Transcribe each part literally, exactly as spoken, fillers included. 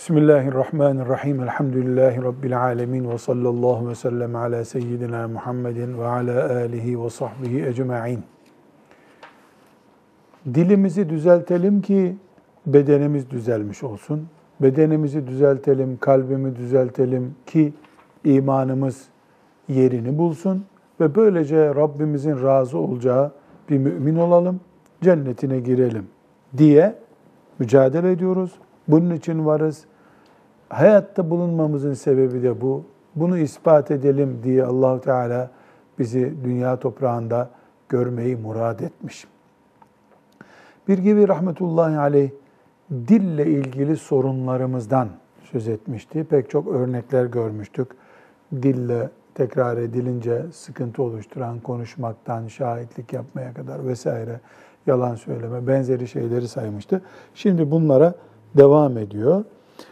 Bismillahirrahmanirrahim. Elhamdülillahi Rabbil alemin. Ve sallallahu ve sellem ala seyyidina Muhammedin ve ala alihi ve sahbihi ecma'in. Dilimizi düzeltelim ki bedenimiz düzelmiş olsun. Bedenimizi düzeltelim, kalbimi düzeltelim ki imanımız yerini bulsun. Ve böylece Rabbimizin razı olacağı bir mümin olalım, cennetine girelim diye mücadele ediyoruz. Bunun için varız. Hayatta bulunmamızın sebebi de bu. Bunu ispat edelim diye Allah-u Teala bizi dünya toprağında görmeyi murad etmiş. Bir gibi rahmetullahi aleyh dille ilgili sorunlarımızdan söz etmişti. Pek çok örnekler görmüştük. Dille tekrar edilince sıkıntı oluşturan konuşmaktan şahitlik yapmaya kadar vesaire, yalan söyleme, benzeri şeyleri saymıştı. Şimdi bunlara devam ediyor.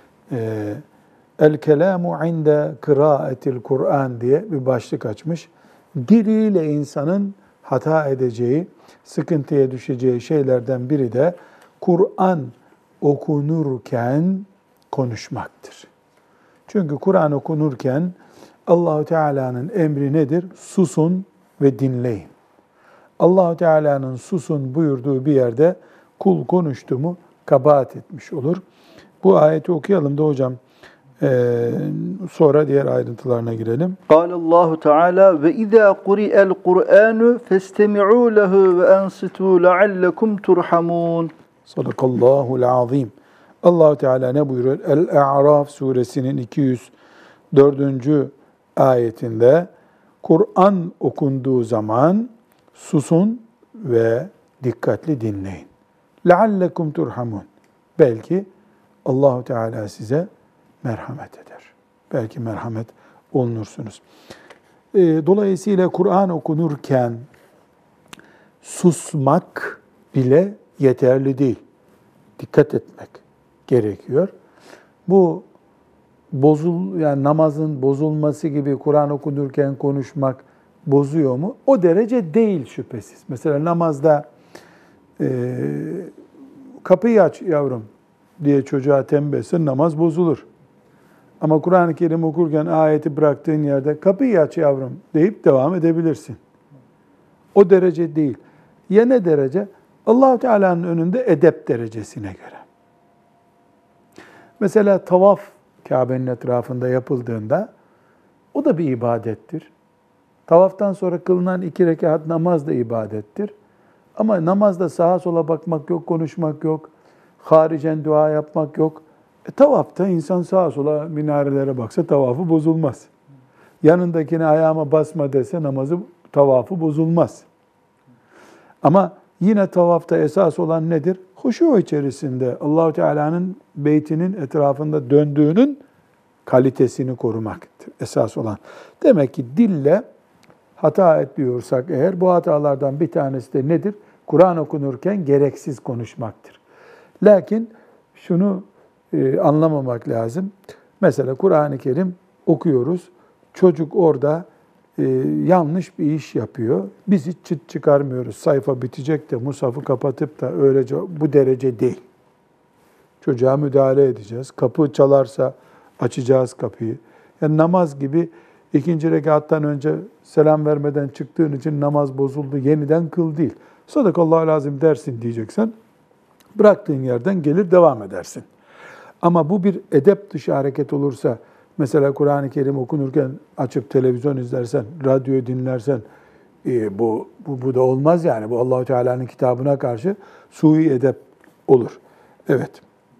El-kelamu inde kıraatil Kur'an diye bir başlık açmış. Diliyle insanın hata edeceği, sıkıntıya düşeceği şeylerden biri de Kur'an okunurken konuşmaktır. Çünkü Kur'an okunurken Allah-u Teala'nın emri nedir? Susun ve dinleyin. Allah-u Teala'nın susun buyurduğu bir yerde kul konuştu mu kabahat etmiş olur. Bu ayeti okuyalım da hocam ee, sonra diğer ayrıntılarına girelim. Allahu Teala ve izâ quri'el Kur'anu festemi'û lehu ve ansitû leallekum turhamun. Sadakallahu'l azim. Allah-u Teala ne buyuruyor? El-A'raf suresinin iki yüz dördüncü ayetinde Kur'an okunduğu zaman susun ve dikkatli dinleyin. Leallekum turhamun. Belki Allah-u Teala size merhamet eder. Belki merhamet olunursunuz. Dolayısıyla Kur'an okunurken susmak bile yeterli değil. Dikkat etmek gerekiyor. Bu bozul yani namazın bozulması gibi Kur'an okunurken konuşmak bozuyor mu? O derece değil şüphesiz. Mesela namazda e, kapıyı aç yavrum diye çocuğa tembihsin, namaz bozulur. Ama Kur'an-ı Kerim okurken ayeti bıraktığın yerde kapıyı aç yavrum deyip devam edebilirsin. O derece değil. Ya ne derece? Allah-u Teala'nın önünde edep derecesine göre. Mesela tavaf Kabe'nin etrafında yapıldığında o da bir ibadettir. Tavaftan sonra kılınan iki rekat namaz da ibadettir. Ama namazda sağa sola bakmak yok, konuşmak yok, haricen dua yapmak yok. E, tavafta insan sağa sola minarelere baksa tavafı bozulmaz. Yanındakine ayağıma basma dese namazı, tavafı bozulmaz. Ama yine tavafta esas olan nedir? Huşu içerisinde Allah-u Teala'nın beytinin etrafında döndüğünün kalitesini korumaktır esas olan. Demek ki dille hata ediyorsak eğer bu hatalardan bir tanesi de nedir? Kur'an okunurken gereksiz konuşmaktır. Lakin şunu e, anlamamak lazım. Mesela Kur'an-ı Kerim okuyoruz. Çocuk orada e, yanlış bir iş yapıyor. Biz hiç çıt çıkarmıyoruz. Sayfa bitecek de mushafı kapatıp da öylece bu derece değil. Çocuğa müdahale edeceğiz. Kapı çalarsa açacağız kapıyı. Yani namaz gibi ikinci rekattan önce selam vermeden çıktığın için namaz bozuldu, yeniden kıl değil. Sadakallahu lazım dersin diyeceksen, bıraktığın yerden gelir devam edersin. Ama bu bir edep dışı hareket olursa, mesela Kur'an-ı Kerim okunurken açıp televizyon izlersen, radyo dinlersen, e, bu, bu, bu da olmaz yani. Bu Allah-u Teala'nın kitabına karşı sui edep olur. Evet.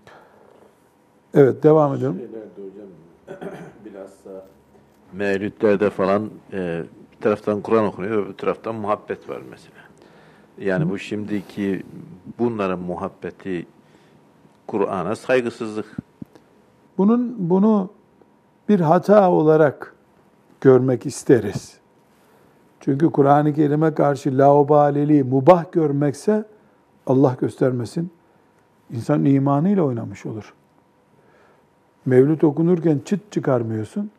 Evet, devam edelim. Şeylerde hocam, bilhassa mevlütlerde falan e, bir taraftan Kur'an okunuyor, bir taraftan muhabbet var mesela. Yani bu şimdiki bunların muhabbeti Kur'an'a saygısızlık. Bunun bunu bir hata olarak görmek isteriz. Çünkü Kur'an-ı Kerim'e karşı laubaliliği mubah görmekse Allah göstermesin insan imanıyla oynamış olur. Mevlüt okunurken çıt çıkarmıyorsun.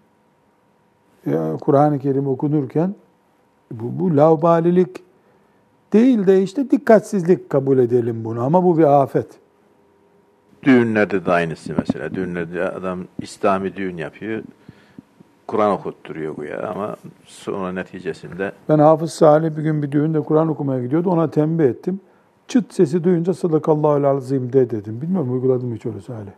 Kur'an-ı Kerim okunurken bu, bu laubalilik değil de işte dikkatsizlik kabul edelim bunu ama bu bir afet. Düğünlerde de aynısı mesela. Düğünlerde adam İslami düğün yapıyor. Kur'an okutturuyor bu ya ama sonra neticesinde Ben Hafız Salih bir gün bir düğünde Kur'an okumaya gidiyordu. Ona tembih ettim. Çıt sesi duyunca sadakallahul azim de dedim. Bilmiyorum uyguladım mı hiç öyle Salih?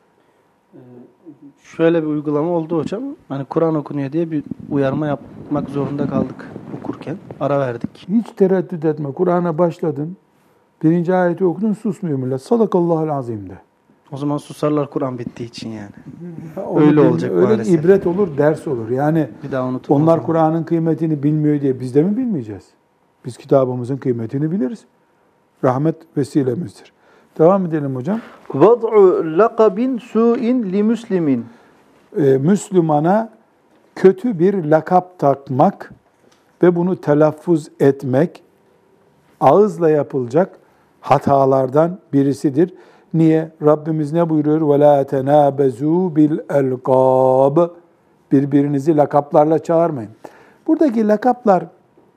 Şöyle bir uygulama oldu hocam. Hani Kur'an okunuyor diye bir uyarma yapmak zorunda kaldık okurken. Ara verdik. Hiç tereddüt etme. Kur'an'a başladın. Birinci ayeti okudun susmuyor millet. Sadakallahul azim de. O zaman susarlar Kur'an bittiği için yani. Onu Öyle bilmiyor. olacak Öyle maalesef. ibret olur, ders olur. Yani Bir daha unutma. onlar Kur'an'ın kıymetini bilmiyor diye biz de mi bilmeyeceğiz? Biz kitabımızın kıymetini biliriz. Rahmet vesilemizdir. Devam edelim hocam. Vad'u lakabin su'in li müslimin. Ee, Müslümana kötü bir lakap takmak ve bunu telaffuz etmek ağızla yapılacak hatalardan birisidir. Niye? Rabbimiz ne buyuruyor? وَلَا تَنَابَزُوا بِالْاَلْقَابِ Birbirinizi lakaplarla çağırmayın. Buradaki lakaplar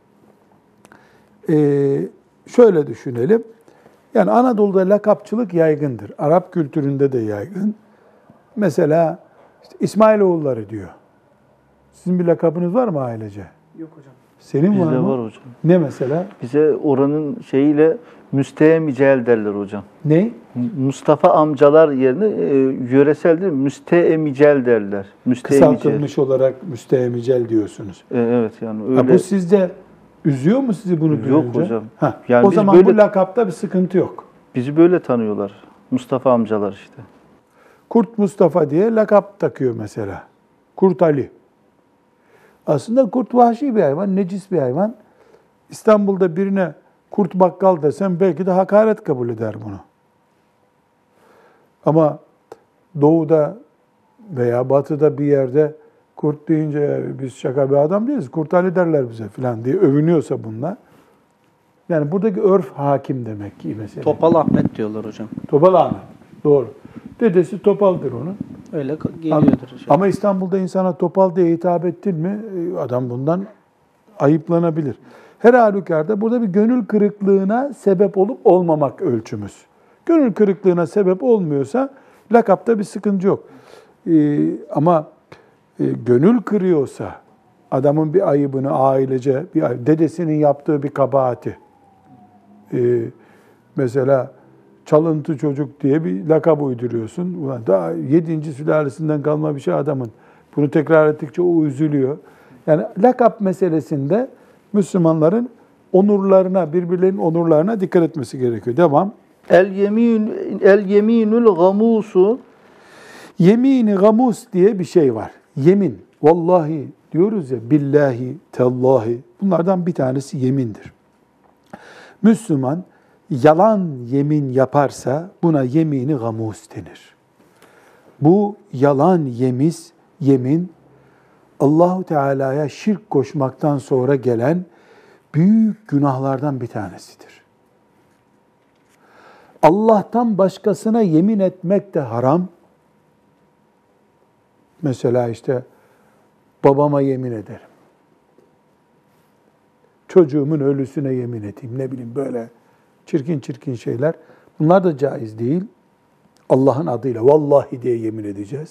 e, şöyle düşünelim. Yani Anadolu'da lakapçılık yaygındır. Arap kültüründe de yaygın. Mesela işte İsmailoğulları diyor. Sizin bir lakabınız var mı ailece? Yok hocam. Senin Bizde var mı? var hocam. Ne mesela? Bize oranın şeyiyle müsteemicel derler hocam. Ne? Mustafa amcalar yerine e, yöresel değil, müsteemicel derler. Müsteemicel. Kısaltılmış olarak müstehemicel diyorsunuz. E, evet yani öyle. Ha, bu sizce üzüyor mu sizi bunu duyunca? Yok hocam. Ha, Yani o biz zaman böyle- bu lakapta bir sıkıntı yok. Bizi böyle tanıyorlar. Mustafa amcalar işte. Kurt Mustafa diye lakap takıyor mesela. Kurt Ali. Aslında kurt vahşi bir hayvan, necis bir hayvan. İstanbul'da birine kurt bakkal desem belki de hakaret kabul eder bunu. Ama doğuda veya batıda bir yerde kurt deyince biz şaka bir adam değiliz, Kurt Ali derler bize falan diye övünüyorsa bunlar. Yani buradaki örf hakim demek ki mesela. Topal Ahmet diyorlar hocam. Topal Ahmet. Doğru. Dedesi Topal'dır onun. Öyle ka- geliyordur. hocam. Ama İstanbul'da insana Topal diye hitap ettin mi e, adam bundan ayıplanabilir. Her halükarda burada bir gönül kırıklığına sebep olup olmamak ölçümüz. Gönül kırıklığına sebep olmuyorsa lakapta bir sıkıntı yok. Ee, ama e, gönül kırıyorsa adamın bir ayıbını ailece, bir ayıp, dedesinin yaptığı bir kabahati, e, mesela çalıntı çocuk diye bir lakap uyduruyorsun. Ulan daha yedinci sülalesinden kalma bir şey adamın. Bunu tekrar ettikçe o üzülüyor. Yani lakap meselesinde Müslümanların onurlarına, birbirlerinin onurlarına dikkat etmesi gerekiyor. Devam. El yemin el yeminul gamusu. Yemini gamus diye bir şey var. Yemin. Vallahi diyoruz ya, billahi, tellahi. Bunlardan bir tanesi yemindir. Müslüman yalan yemin yaparsa buna yemini gamus denir. Bu yalan yemiz, yemin Allahu Teala'ya şirk koşmaktan sonra gelen büyük günahlardan bir tanesidir. Allah'tan başkasına yemin etmek de haram. Mesela işte babama yemin ederim. Çocuğumun ölüsüne yemin edeyim. Ne bileyim böyle çirkin çirkin şeyler. Bunlar da caiz değil. Allah'ın adıyla vallahi diye yemin edeceğiz.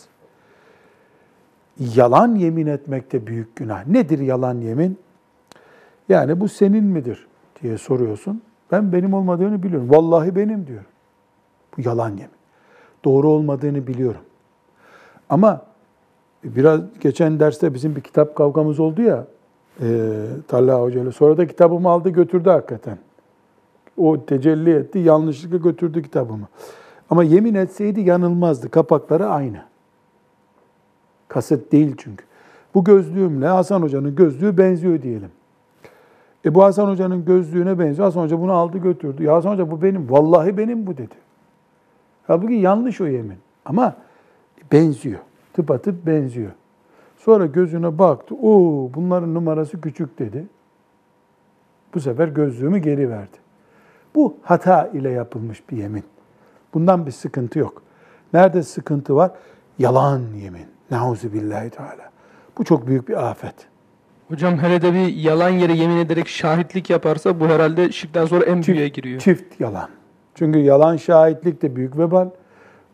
Yalan yemin etmek de büyük günah. Nedir yalan yemin? Yani bu senin midir diye soruyorsun. Ben benim olmadığını biliyorum. Vallahi benim diyorum. Bu yalan yemin. Doğru olmadığını biliyorum. Ama biraz geçen derste bizim bir kitap kavgamız oldu ya e, Talha Hoca ile. Sonra da kitabımı aldı götürdü hakikaten. O tecelli etti, yanlışlıkla götürdü kitabımı. Ama yemin etseydi yanılmazdı. Kapakları aynı. Kasıt değil çünkü. Bu gözlüğümle Hasan Hoca'nın gözlüğü benziyor diyelim. E bu Hasan Hoca'nın gözlüğüne benziyor. Hasan Hoca bunu aldı götürdü. Ya Hasan Hoca bu benim. Vallahi benim bu dedi. Halbuki yanlış o yemin. Ama benziyor. Tıpatıp benziyor. Sonra gözüne baktı. Oo, bunların numarası küçük dedi. Bu sefer gözlüğümü geri verdi. Bu hata ile yapılmış bir yemin. Bundan bir sıkıntı yok. Nerede sıkıntı var? Yalan yemin. Nauzu billahi teala. Bu çok büyük bir afet. Hocam hele de bir yalan yere yemin ederek şahitlik yaparsa bu herhalde şirkten sonra en büyüğe giriyor. Çift yalan. Çünkü yalan şahitlik de büyük vebal.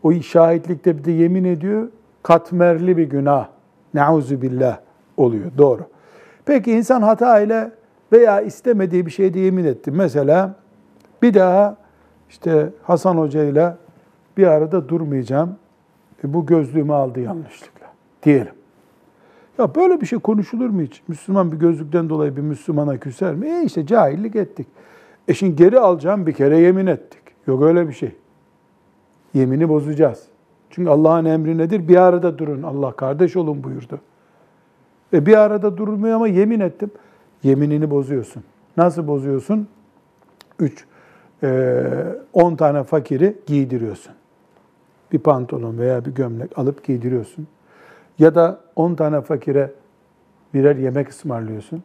O şahitlikte bir de yemin ediyor. Katmerli bir günah. Nauzu billah oluyor. Doğru. Peki insan hata ile veya istemediği bir şeyde yemin etti. Mesela bir daha işte Hasan Hoca ile bir arada durmayacağım. E bu gözlüğümü aldı yanlışlıkla diyelim. Ya böyle bir şey konuşulur mu hiç? Müslüman bir gözlükten dolayı bir Müslümana küser mi? E işte cahillik ettik. E şimdi geri alacağım, bir kere yemin ettik. Yok öyle bir şey. Yemini bozacağız. Çünkü Allah'ın emri nedir? Bir arada durun. Allah kardeş olun buyurdu. E bir arada durmuyor ama yemin ettim. Yeminini bozuyorsun. Nasıl bozuyorsun? Üç, e, on tane fakiri giydiriyorsun. Bir pantolon veya bir gömlek alıp giydiriyorsun. Ya da on tane fakire birer yemek ısmarlıyorsun.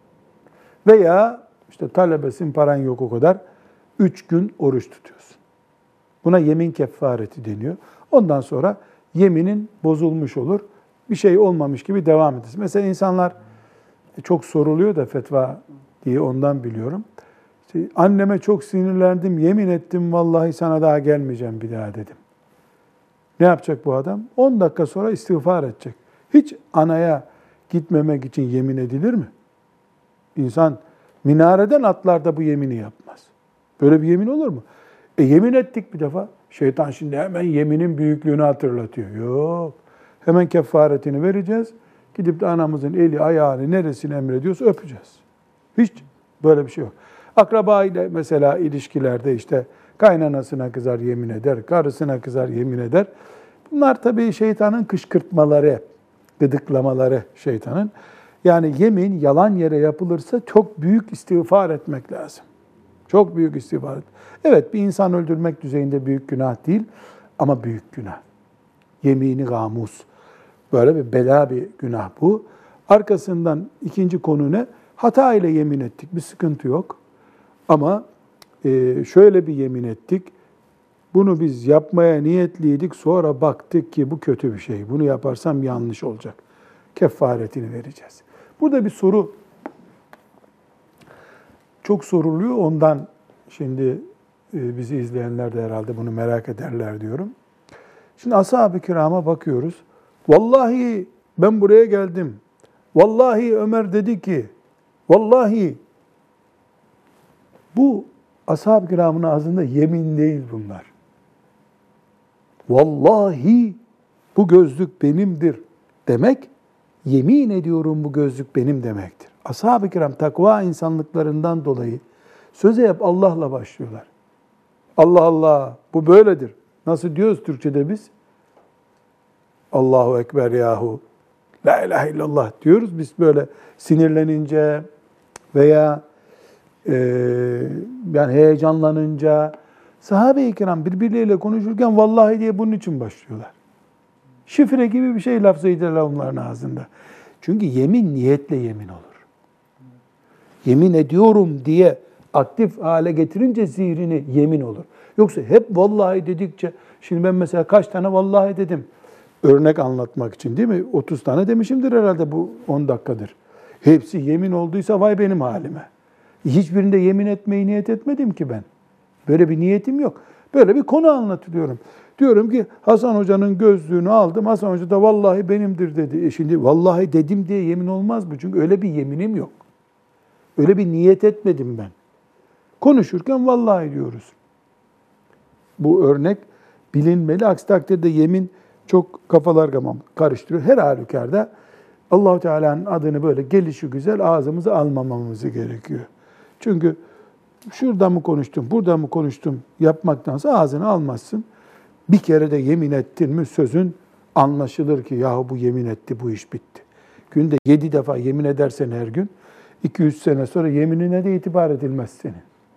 Veya işte talebesin, paran yok o kadar. Üç gün oruç tutuyorsun. Buna yemin kefareti deniyor. Ondan sonra yeminin bozulmuş olur. Bir şey olmamış gibi devam edersin. Mesela insanlar çok soruluyor da fetva diye ondan biliyorum. İşte anneme çok sinirlendim, yemin ettim vallahi sana daha gelmeyeceğim bir daha dedim. Ne yapacak bu adam? on dakika sonra istiğfar edecek. Hiç anaya gitmemek için yemin edilir mi? İnsan minareden atlar da bu yemini yapmaz. Böyle bir yemin olur mu? E yemin ettik bir defa. Şeytan şimdi hemen yeminin büyüklüğünü hatırlatıyor. Yok. Hemen kefaretini vereceğiz. Gidip de anamızın eli, ayağını, neresini emrediyorsa öpeceğiz. Hiç böyle bir şey yok. Akraba ile mesela ilişkilerde işte kaynanasına kızar yemin eder, karısına kızar yemin eder. Bunlar tabii şeytanın kışkırtmaları, gıdıklamaları şeytanın. Yani yemin yalan yere yapılırsa çok büyük istiğfar etmek lazım. Çok büyük istiğfar et. Evet, bir insan öldürmek düzeyinde büyük günah değil ama büyük günah. Yemini gamus. Böyle bir bela bir günah bu. Arkasından ikinci konu ne? Hata ile yemin ettik. Bir sıkıntı yok. Ama e, şöyle bir yemin ettik. Bunu biz yapmaya niyetliydik. Sonra baktık ki bu kötü bir şey. Bunu yaparsam yanlış olacak. Kefaretini vereceğiz. Burada bir soru çok soruluyor. Ondan şimdi e, bizi izleyenler de herhalde bunu merak ederler diyorum. Şimdi ashab-ı kirama bakıyoruz. Vallahi ben buraya geldim. Vallahi Ömer dedi ki, vallahi bu ashab-ı kiramın ağzında yemin değil bunlar. Vallahi bu gözlük benimdir demek, yemin ediyorum bu gözlük benim demektir. Ashab-ı kiram takva insanlıklarından dolayı söze hep Allah'la başlıyorlar. Allah Allah, bu böyledir. Nasıl diyoruz Türkçe'de biz? Allahu Ekber yahu, la ilahe illallah diyoruz. Biz böyle sinirlenince veya e, yani heyecanlanınca, sahabe-i kiram birbirleriyle konuşurken vallahi diye bunun için başlıyorlar. Şifre gibi bir şey lafz-ı icra onların ağzında. Çünkü yemin niyetle yemin olur. Yemin ediyorum diye aktif hale getirince zihrini yemin olur. Yoksa hep vallahi dedikçe, şimdi ben mesela kaç tane vallahi dedim. Örnek anlatmak için değil mi? otuz tane demişimdir herhalde bu on dakikadır. Hepsi yemin olduysa vay benim halime. Hiçbirinde yemin etmeyi niyet etmedim ki ben. Böyle bir niyetim yok. Böyle bir konu anlatıyorum. Diyorum ki Hasan Hoca'nın gözlüğünü aldım. Hasan Hoca da vallahi benimdir dedi. E şimdi vallahi dedim diye yemin olmaz bu. Çünkü öyle bir yeminim yok. Öyle bir niyet etmedim ben. Konuşurken vallahi diyoruz. Bu örnek bilinmeli. Aksi takdirde yemin çok kafalar karıştırıyor. Her halükarda Allah-u Teala'nın adını böyle gelişi güzel ağzımıza almamamız gerekiyor. Çünkü şurada mı konuştum, burada mı konuştum yapmaktansa ağzını almazsın. Bir kere de yemin ettin mi sözün anlaşılır ki yahu bu yemin etti, bu iş bitti. Günde yedi defa yemin edersen her gün, iki yüz sene sonra yeminine de itibar edilmez senin.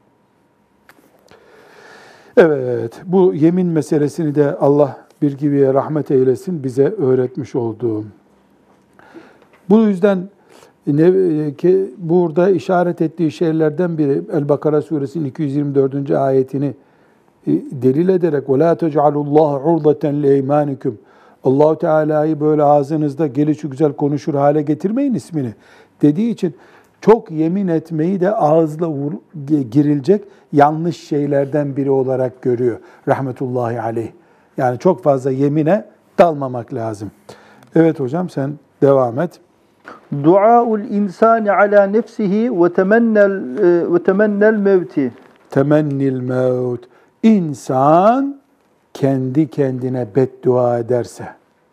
Evet, bu yemin meselesini de Allah bir gibiye rahmet eylesin bize öğretmiş olduğum. Bu yüzden ne, ki burada işaret ettiği şeylerden biri El-Bakara suresinin iki yüz yirmi dördüncü ayetini delil ederek وَلَا تَجْعَلُوا اللّٰهَ عُرْضَةً لِيْمَانِكُمْ Allah-u Teala'yı böyle ağzınızda gelişi güzel konuşur hale getirmeyin ismini dediği için çok yemin etmeyi de ağızla vur, girilecek yanlış şeylerden biri olarak görüyor rahmetullahi aleyh. Yani çok fazla yemine dalmamak lazım. Evet hocam sen devam et. Duaul insani ala nefsihi ve temennel ve temennel mevti. Temennil mevt. İnsan kendi kendine beddua ederse,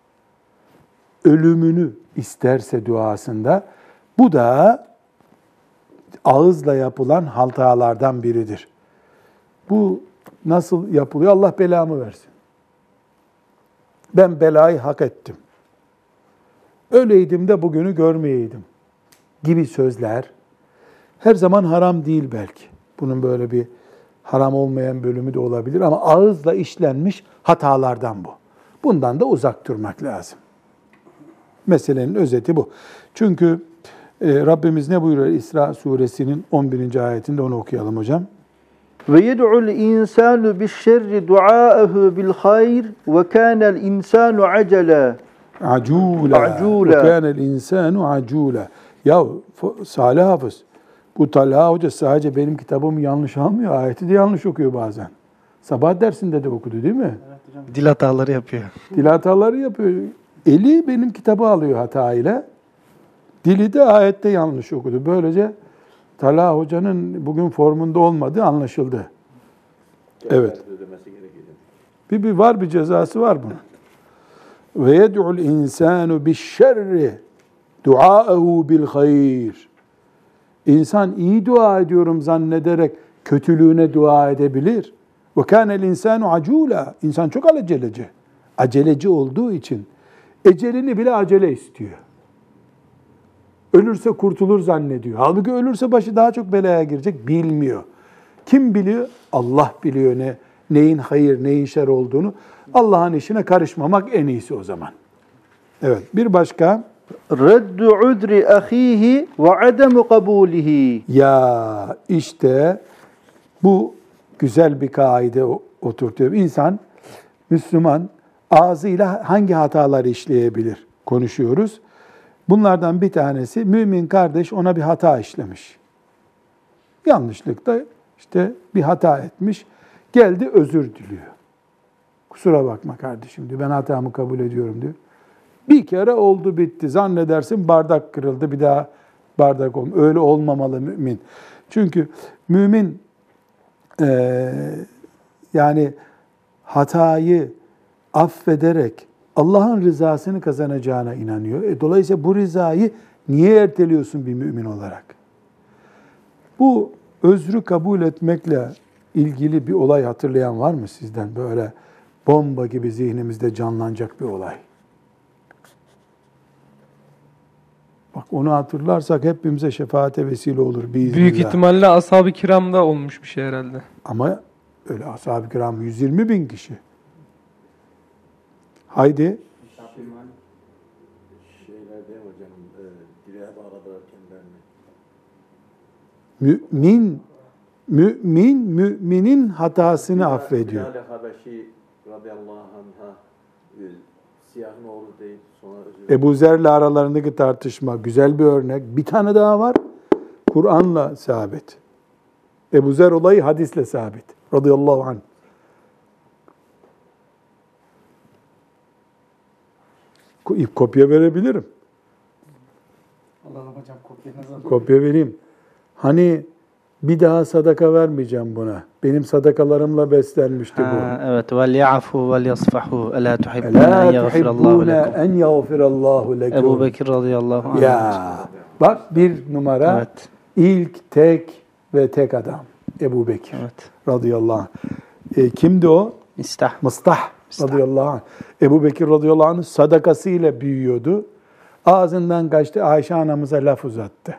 ölümünü isterse duasında, bu da ağızla yapılan hatalardan biridir. Bu nasıl yapılıyor? Allah belamı versin. Ben belayı hak ettim. Öyleydim de bugünü görmeyeydim gibi sözler her zaman haram değil belki. Bunun böyle bir haram olmayan bölümü de olabilir ama ağızla işlenmiş hatalardan bu. Bundan da uzak durmak lazım. Meselenin özeti bu. Çünkü e, Rabbimiz ne buyuruyor İsra suresinin on birinci ayetinde, onu okuyalım hocam. Ve yed'ul insanu bi'ş-şerri du'aahu bil hayr ve kânel insanu acele. Acula. Acula. Ve kânel insanu acula. Ya Salih Hafız, bu Talha Hoca sadece benim kitabımı yanlış almıyor, ayeti de yanlış okuyor bazen. Sabah dersinde de okudu değil mi? Evet hocam. Dil hataları yapıyor. Dil hataları yapıyor. Eli benim kitabı alıyor hata ile. Dili de ayette yanlış okudu. Böylece Talha Hoca'nın bugün formunda olmadığı anlaşıldı. Evet. Bir, bir var bir cezası var bunun. Ve yed'ul insanu bi'ş-şerri du'aahu bil hayr. İnsan iyi dua ediyorum zannederek kötülüğüne dua edebilir. Ve kânel insanu acûlâ. İnsan çok aceleci. Aceleci olduğu için ecelini bile acele istiyor. Ölürse kurtulur zannediyor. Halbuki ölürse başı daha çok belaya girecek, bilmiyor. Kim biliyor? Allah biliyor ne neyin hayır, neyin şer olduğunu. Allah'ın işine karışmamak en iyisi o zaman. Evet, bir başka. Reddu udri ahihi ve ademu kabulihi. Ya işte bu güzel bir kaide oturtuyor. İnsan, Müslüman ağzıyla hangi hataları işleyebilir? Konuşuyoruz. Bunlardan bir tanesi, mümin kardeş ona bir hata işlemiş. Yanlışlıkla işte bir hata etmiş. Geldi özür diliyor. Kusura bakma kardeşim diyor. Ben hatamı kabul ediyorum diyor. Bir kere oldu bitti. Zannedersin bardak kırıldı. Bir daha bardak olmuyor. Öyle olmamalı mümin. Çünkü mümin e, yani hatayı affederek Allah'ın rızasını kazanacağına inanıyor. E, dolayısıyla bu rızayı niye erteliyorsun bir mümin olarak? Bu özrü kabul etmekle ilgili bir olay hatırlayan var mı sizden? Böyle bomba gibi zihnimizde canlanacak bir olay. Bak onu hatırlarsak hepimize şefaate vesile olur biiznillah. Büyük ihtimalle ashab-ı kiramda olmuş bir şey herhalde. Ama öyle ashab-ı kiram yüz yirmi bin kişi. Haydi. Şeyler değil mi hocam? E, direğe bağladılar kendilerini. Mümin, mümin, müminin hatasını affediyor. Bilal-i Habeşi radıyallahu anh'a e, siyahın oğlu değil. Sonra özür Ebu Zer'le aralarındaki tartışma güzel bir örnek. Bir tane daha var. Kur'an'la sabit. Ebu Zer olayı hadisle sabit. Radıyallahu anh. Kopya verebilirim. Allah'ım hocam kopyanızı. Kopya vereyim. Hani bir daha sadaka vermeyeceğim buna. Benim sadakalarımla beslenmişti Ha, bu. evet. Vel ya'fu vel yasfahu. Ela tuhibbune Lâ en yagfirallahu tuhibbûne lekum. en yagfirallahu lekum. Ebu Bekir radıyallahu anh. Ya bak bir numara Evet. ilk tek ve tek adam Ebu Bekir Evet. radıyallahu anh. E, kimdi o? İstah. Mıstah Mıstah. radıyallahu anh. Ebu Bekir radıyallahu anh sadakasıyla büyüyordu. Ağzından kaçtı, Ayşe anamıza laf uzattı.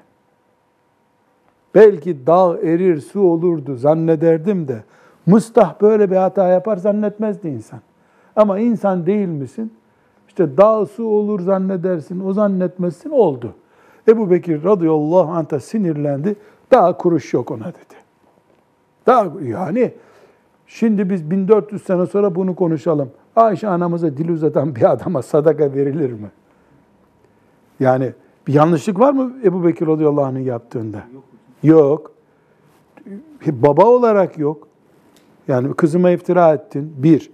Belki dağ erir, su olurdu zannederdim de Mıstah böyle bir hata yapar zannetmezdi insan. Ama insan değil misin? İşte dağ su olur zannedersin, o zannetmezsin, oldu. Ebu Bekir radıyallahu anh da sinirlendi. Daha kuruş yok ona dedi. Daha yani şimdi biz bin dört yüz sene sonra bunu konuşalım. Ayşe anamıza dil uzatan bir adama sadaka verilir mi? Yani bir yanlışlık var mı Ebu Bekir radıyallahu anh'ın yaptığında? Yok. Yok. Baba olarak yok. Yani kızıma iftira ettin. Bir.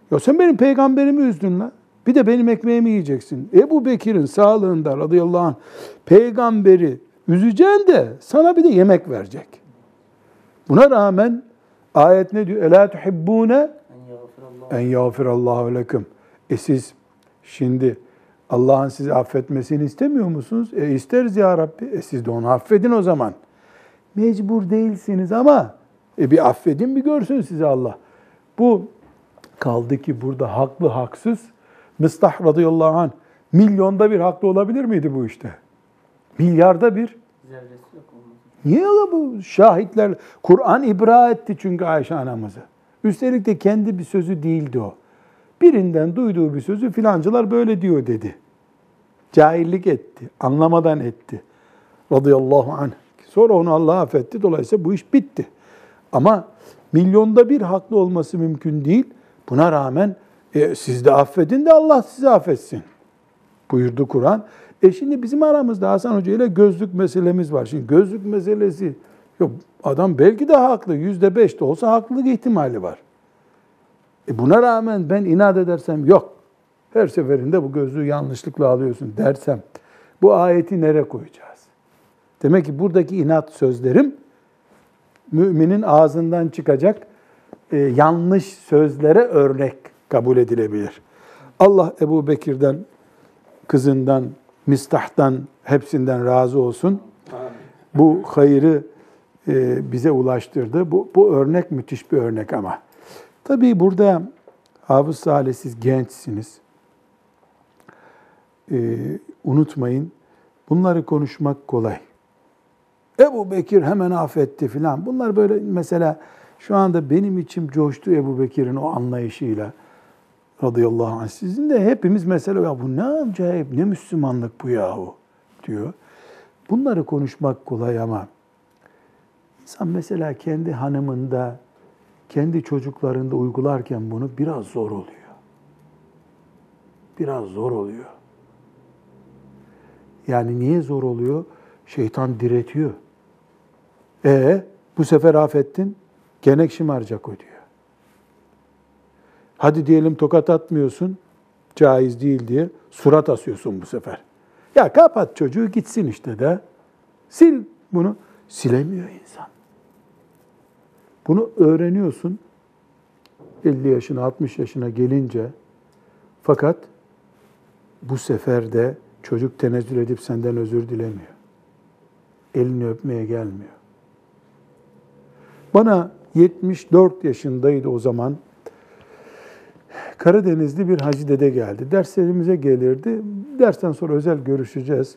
Ya sen benim peygamberimi üzdün lan. Bir de benim ekmeğimi yiyeceksin. Ebu Bekir'in sağlığında radıyallahu anh peygamberi üzeceksin de sana bir de yemek verecek. Buna rağmen ayet ne diyor? Ela tuhibbune en yağfirallahu leküm. E siz şimdi Allah'ın sizi affetmesini istemiyor musunuz? E isteriz ya Rabbi. E siz de onu affedin o zaman. Mecbur değilsiniz ama e bir affedin bir görsün sizi Allah. Bu kaldı ki burada haklı haksız. Mistah radıyallahu anh milyonda bir haklı olabilir miydi bu işte? Milyarda bir. Niye öyle bu şahitler? Kur'an ibra etti çünkü Ayşe anamızı. Üstelik de kendi bir sözü değildi o. Birinden duyduğu bir sözü filancılar böyle diyor dedi. Cahillik etti, anlamadan etti. Radıyallahu anh. Sonra onu Allah affetti. Dolayısıyla bu iş bitti. Ama milyonda bir haklı olması mümkün değil. Buna rağmen e, siz de affedin de Allah sizi affetsin buyurdu Kur'an. E şimdi bizim aramızda Hasan Hoca ile gözlük meselemiz var. Şimdi gözlük meselesi, yok adam belki de haklı, yüzde beş de olsa haklılık ihtimali var. E buna rağmen ben inat edersem, yok her seferinde bu gözlüğü yanlışlıkla alıyorsun dersem, bu ayeti nereye koyacağız? Demek ki buradaki inat sözlerim, müminin ağzından çıkacak e, yanlış sözlere örnek kabul edilebilir. Allah Ebu Bekir'den, kızından, Mistah'tan, hepsinden razı olsun. Amin. Bu hayrı e, bize ulaştırdı. Bu, bu örnek müthiş bir örnek ama. Tabii burada Hafız Salih, siz gençsiniz. E, unutmayın, bunları konuşmak kolay. Ebu Bekir hemen affetti filan. Bunlar böyle mesela şu anda benim içim coştu Ebu Bekir'in o anlayışıyla. Radıyallahu anh. Sizin de hepimiz mesela ya bu ne acayip, ne Müslümanlık bu yahu diyor. Bunları konuşmak kolay ama insan mesela kendi hanımında, kendi çocuklarında uygularken bunu biraz zor oluyor. Biraz zor oluyor. Yani niye zor oluyor? Şeytan diretiyor. E bu sefer affettin, gene şımaracak o diyor. Hadi diyelim tokat atmıyorsun, caiz değil diye surat asıyorsun bu sefer. Ya kapat çocuğu gitsin işte de. Sil bunu. Silemiyor insan. Bunu öğreniyorsun elli yaşına, altmış yaşına gelince. Fakat bu sefer de çocuk tenezzül edip senden özür dilemiyor. Elini öpmeye gelmiyor. Bana yetmiş dört yaşındaydı o zaman. Karadenizli bir hacı dede geldi. Derslerimize gelirdi. Dersten sonra özel görüşeceğiz.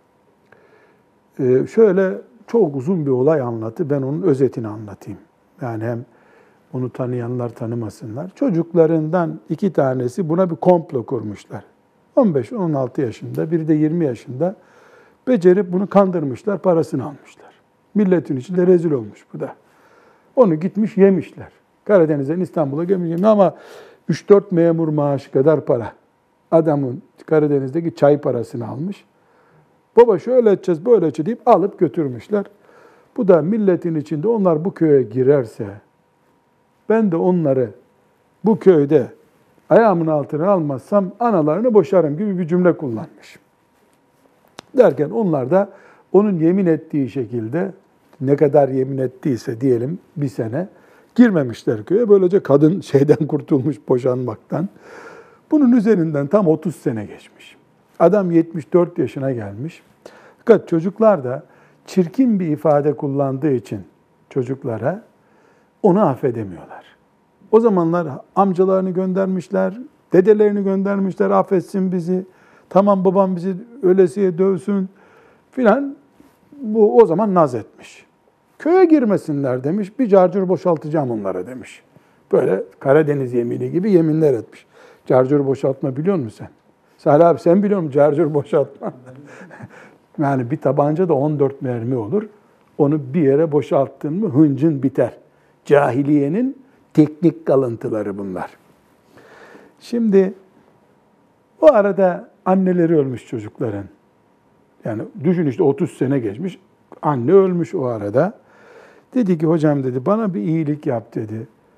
Ee, şöyle çok uzun bir olay anlattı. Ben onun özetini anlatayım. Yani hem onu tanıyanlar tanımasınlar. Çocuklarından iki tanesi buna bir komplo kurmuşlar. on beş on altı yaşında, biri de yirmi yaşında. Becerip bunu kandırmışlar, parasını almışlar. Milletin içinde rezil olmuş bu da. Onu gitmiş yemişler. Karadeniz'den İstanbul'a gömülmüş ama üç dört memur maaşı kadar para. Adamın Karadeniz'deki çay parasını almış. Baba şöyle edeceğiz, böyle edeceğiz deyip alıp götürmüşler. Bu da milletin içinde onlar bu köye girerse, ben de onları bu köyde ayağımın altına almazsam analarını boşarım gibi bir cümle kullanmış. Derken onlar da onun yemin ettiği şekilde, ne kadar yemin ettiyse diyelim bir sene, girmemişler köye. Böylece kadın şeyden kurtulmuş, boşanmaktan. Bunun üzerinden tam otuz sene geçmiş. Adam yetmiş dört yaşına gelmiş. Fakat çocuklar da çirkin bir ifade kullandığı için çocuklara onu affedemiyorlar. O zamanlar amcalarını göndermişler, dedelerini göndermişler, affetsin bizi. Tamam babam bizi ölesiye dövsün filan. Bu o zaman naz etmiş. Köye girmesinler demiş, bir carcur boşaltacağım onlara demiş. Böyle Karadeniz yemini gibi yeminler etmiş. Carcur boşaltma biliyor musun sen? Salih abi sen biliyor musun carcur boşaltma? Yani bir tabanca da on dört mermi olur. Onu bir yere boşalttın mı hıncın biter. Cahiliyenin teknik kalıntıları bunlar. Şimdi o arada anneleri ölmüş çocukların. Yani düşün işte otuz sene geçmiş. Anne ölmüş o arada. Dedi ki hocam dedi bana bir iyilik yap dedi.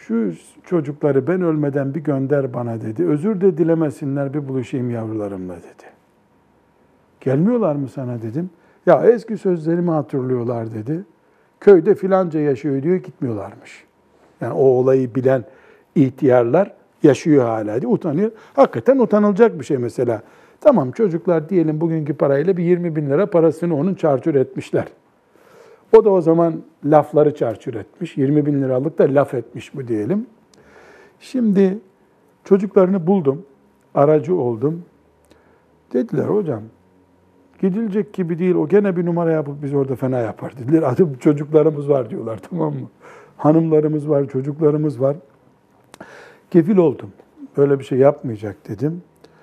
şu çocukları ben ölmeden bir gönder bana dedi. Özür de dilemesinler, bir buluşayım yavrularımla dedi. Gelmiyorlar mı sana dedim. Ya eski sözlerimi hatırlıyorlar dedi. Köyde filanca yaşıyor diyor, gitmiyorlarmış. Yani o olayı bilen ihtiyarlar yaşıyor hala diye utanıyor. Hakikaten utanılacak bir şey mesela. Tamam, çocuklar diyelim bugünkü parayla bir yirmi bin lira parasını onun çarçur etmişler. O da o zaman lafları çarçur etmiş. yirmi bin liralık da laf etmiş bu diyelim. Şimdi çocuklarını buldum, aracı oldum. Dediler hocam, gidilecek gibi değil, o gene bir numara yapıp biz orada fena yapar dediler. Adım çocuklarımız var diyorlar, tamam mı? Hanımlarımız var, çocuklarımız var. Kefil oldum. Böyle bir şey yapmayacak dedim.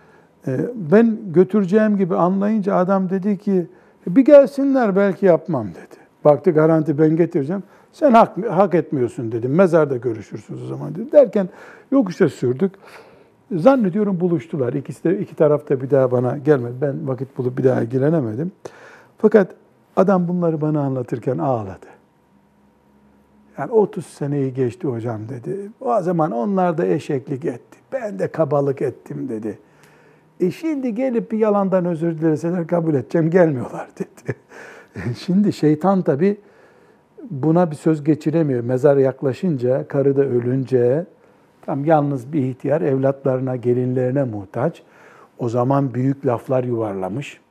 Ben götüreceğim gibi anlayınca adam dedi ki, bir gelsinler belki yapmam dedi. Baktı garanti ben getireceğim. Sen hak, hak etmiyorsun dedim. Mezarda görüşürsünüz o zaman dedim. Derken yokuşa sürdük. Zannediyorum buluştular. İkisi de, iki taraf da bir daha bana gelmedi. Ben vakit bulup bir daha ilgilenemedim. Fakat adam bunları bana anlatırken ağladı. Yani otuz seneyi geçti hocam dedi. O zaman onlar da eşeklik etti. Ben de kabalık ettim dedi. E şimdi gelip bir yalandan özür dileseler kabul edeceğim, gelmiyorlar dedi. Şimdi şeytan tabii buna bir söz geçiremiyor. Mezar yaklaşınca, karı da ölünce, tam yalnız bir ihtiyar, evlatlarına, gelinlerine muhtaç. O zaman büyük laflar yuvarlamış.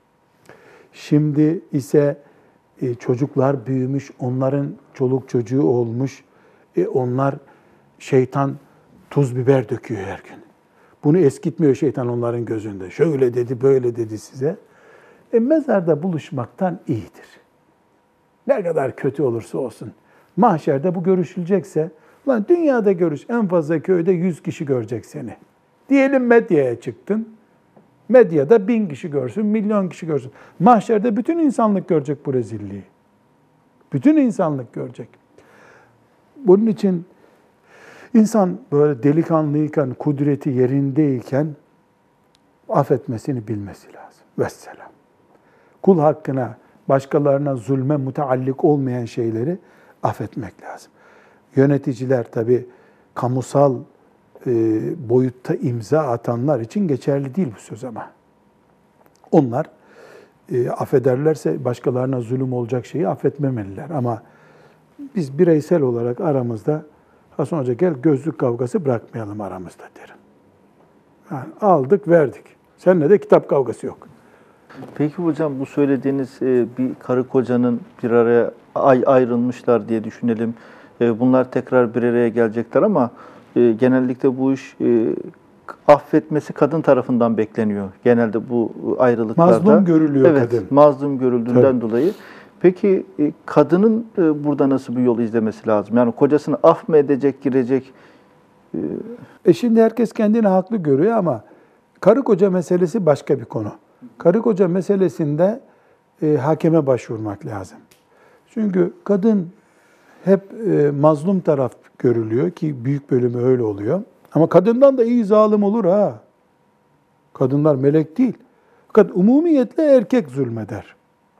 Şimdi ise e, çocuklar büyümüş, onların çoluk çocuğu olmuş. E, onlar, şeytan tuz biber döküyor her gün. Bunu eskitmiyor şeytan onların gözünde. Şöyle dedi, böyle dedi size. E, mezarda buluşmaktan iyidir. Ne kadar kötü olursa olsun. Mahşerde bu görüşülecekse, lan dünyada görüş, en fazla köyde yüz kişi görecek seni. Diyelim medyaya çıktın. Medyada bin kişi görsün, milyon kişi görsün. Mahşerde bütün insanlık görecek bu rezilliği. Bütün insanlık görecek. Bunun için insan böyle delikanlıyken, kudreti yerindeyken affetmesini bilmesi lazım. Vesselam. Kul hakkına, başkalarına zulme müteallik olmayan şeyleri affetmek lazım. Yöneticiler tabii kamusal e, boyutta imza atanlar için geçerli değil bu söz ama. Onlar e, affederlerse başkalarına zulüm olacak şeyi affetmemeliler. Ama biz bireysel olarak aramızda, Hasan Hoca gel gözlük kavgası bırakmayalım aramızda derim. Yani aldık verdik. Seninle de kitap kavgası yok. Peki hocam, bu söylediğiniz e, bir karı kocanın bir araya ay ayrılmışlar diye düşünelim. E, bunlar tekrar bir araya gelecekler ama e, genellikle bu iş e, affetmesi kadın tarafından bekleniyor. Genelde bu ayrılıklarda. Mazlum görülüyor evet, kadın. mazlum görüldüğünden Tabii. dolayı. Peki e, kadının e, burada nasıl bir yol izlemesi lazım? Yani kocasını af mı edecek, girecek? E, E şimdi herkes kendini haklı görüyor ama karı koca meselesi başka bir konu. Karı koca meselesinde e, hakeme başvurmak lazım. Çünkü kadın hep e, mazlum taraf görülüyor ki büyük bölümü öyle oluyor. Ama kadından da iyi zalim olur ha. Kadınlar melek değil. Fakat umumiyetle erkek zulmeder.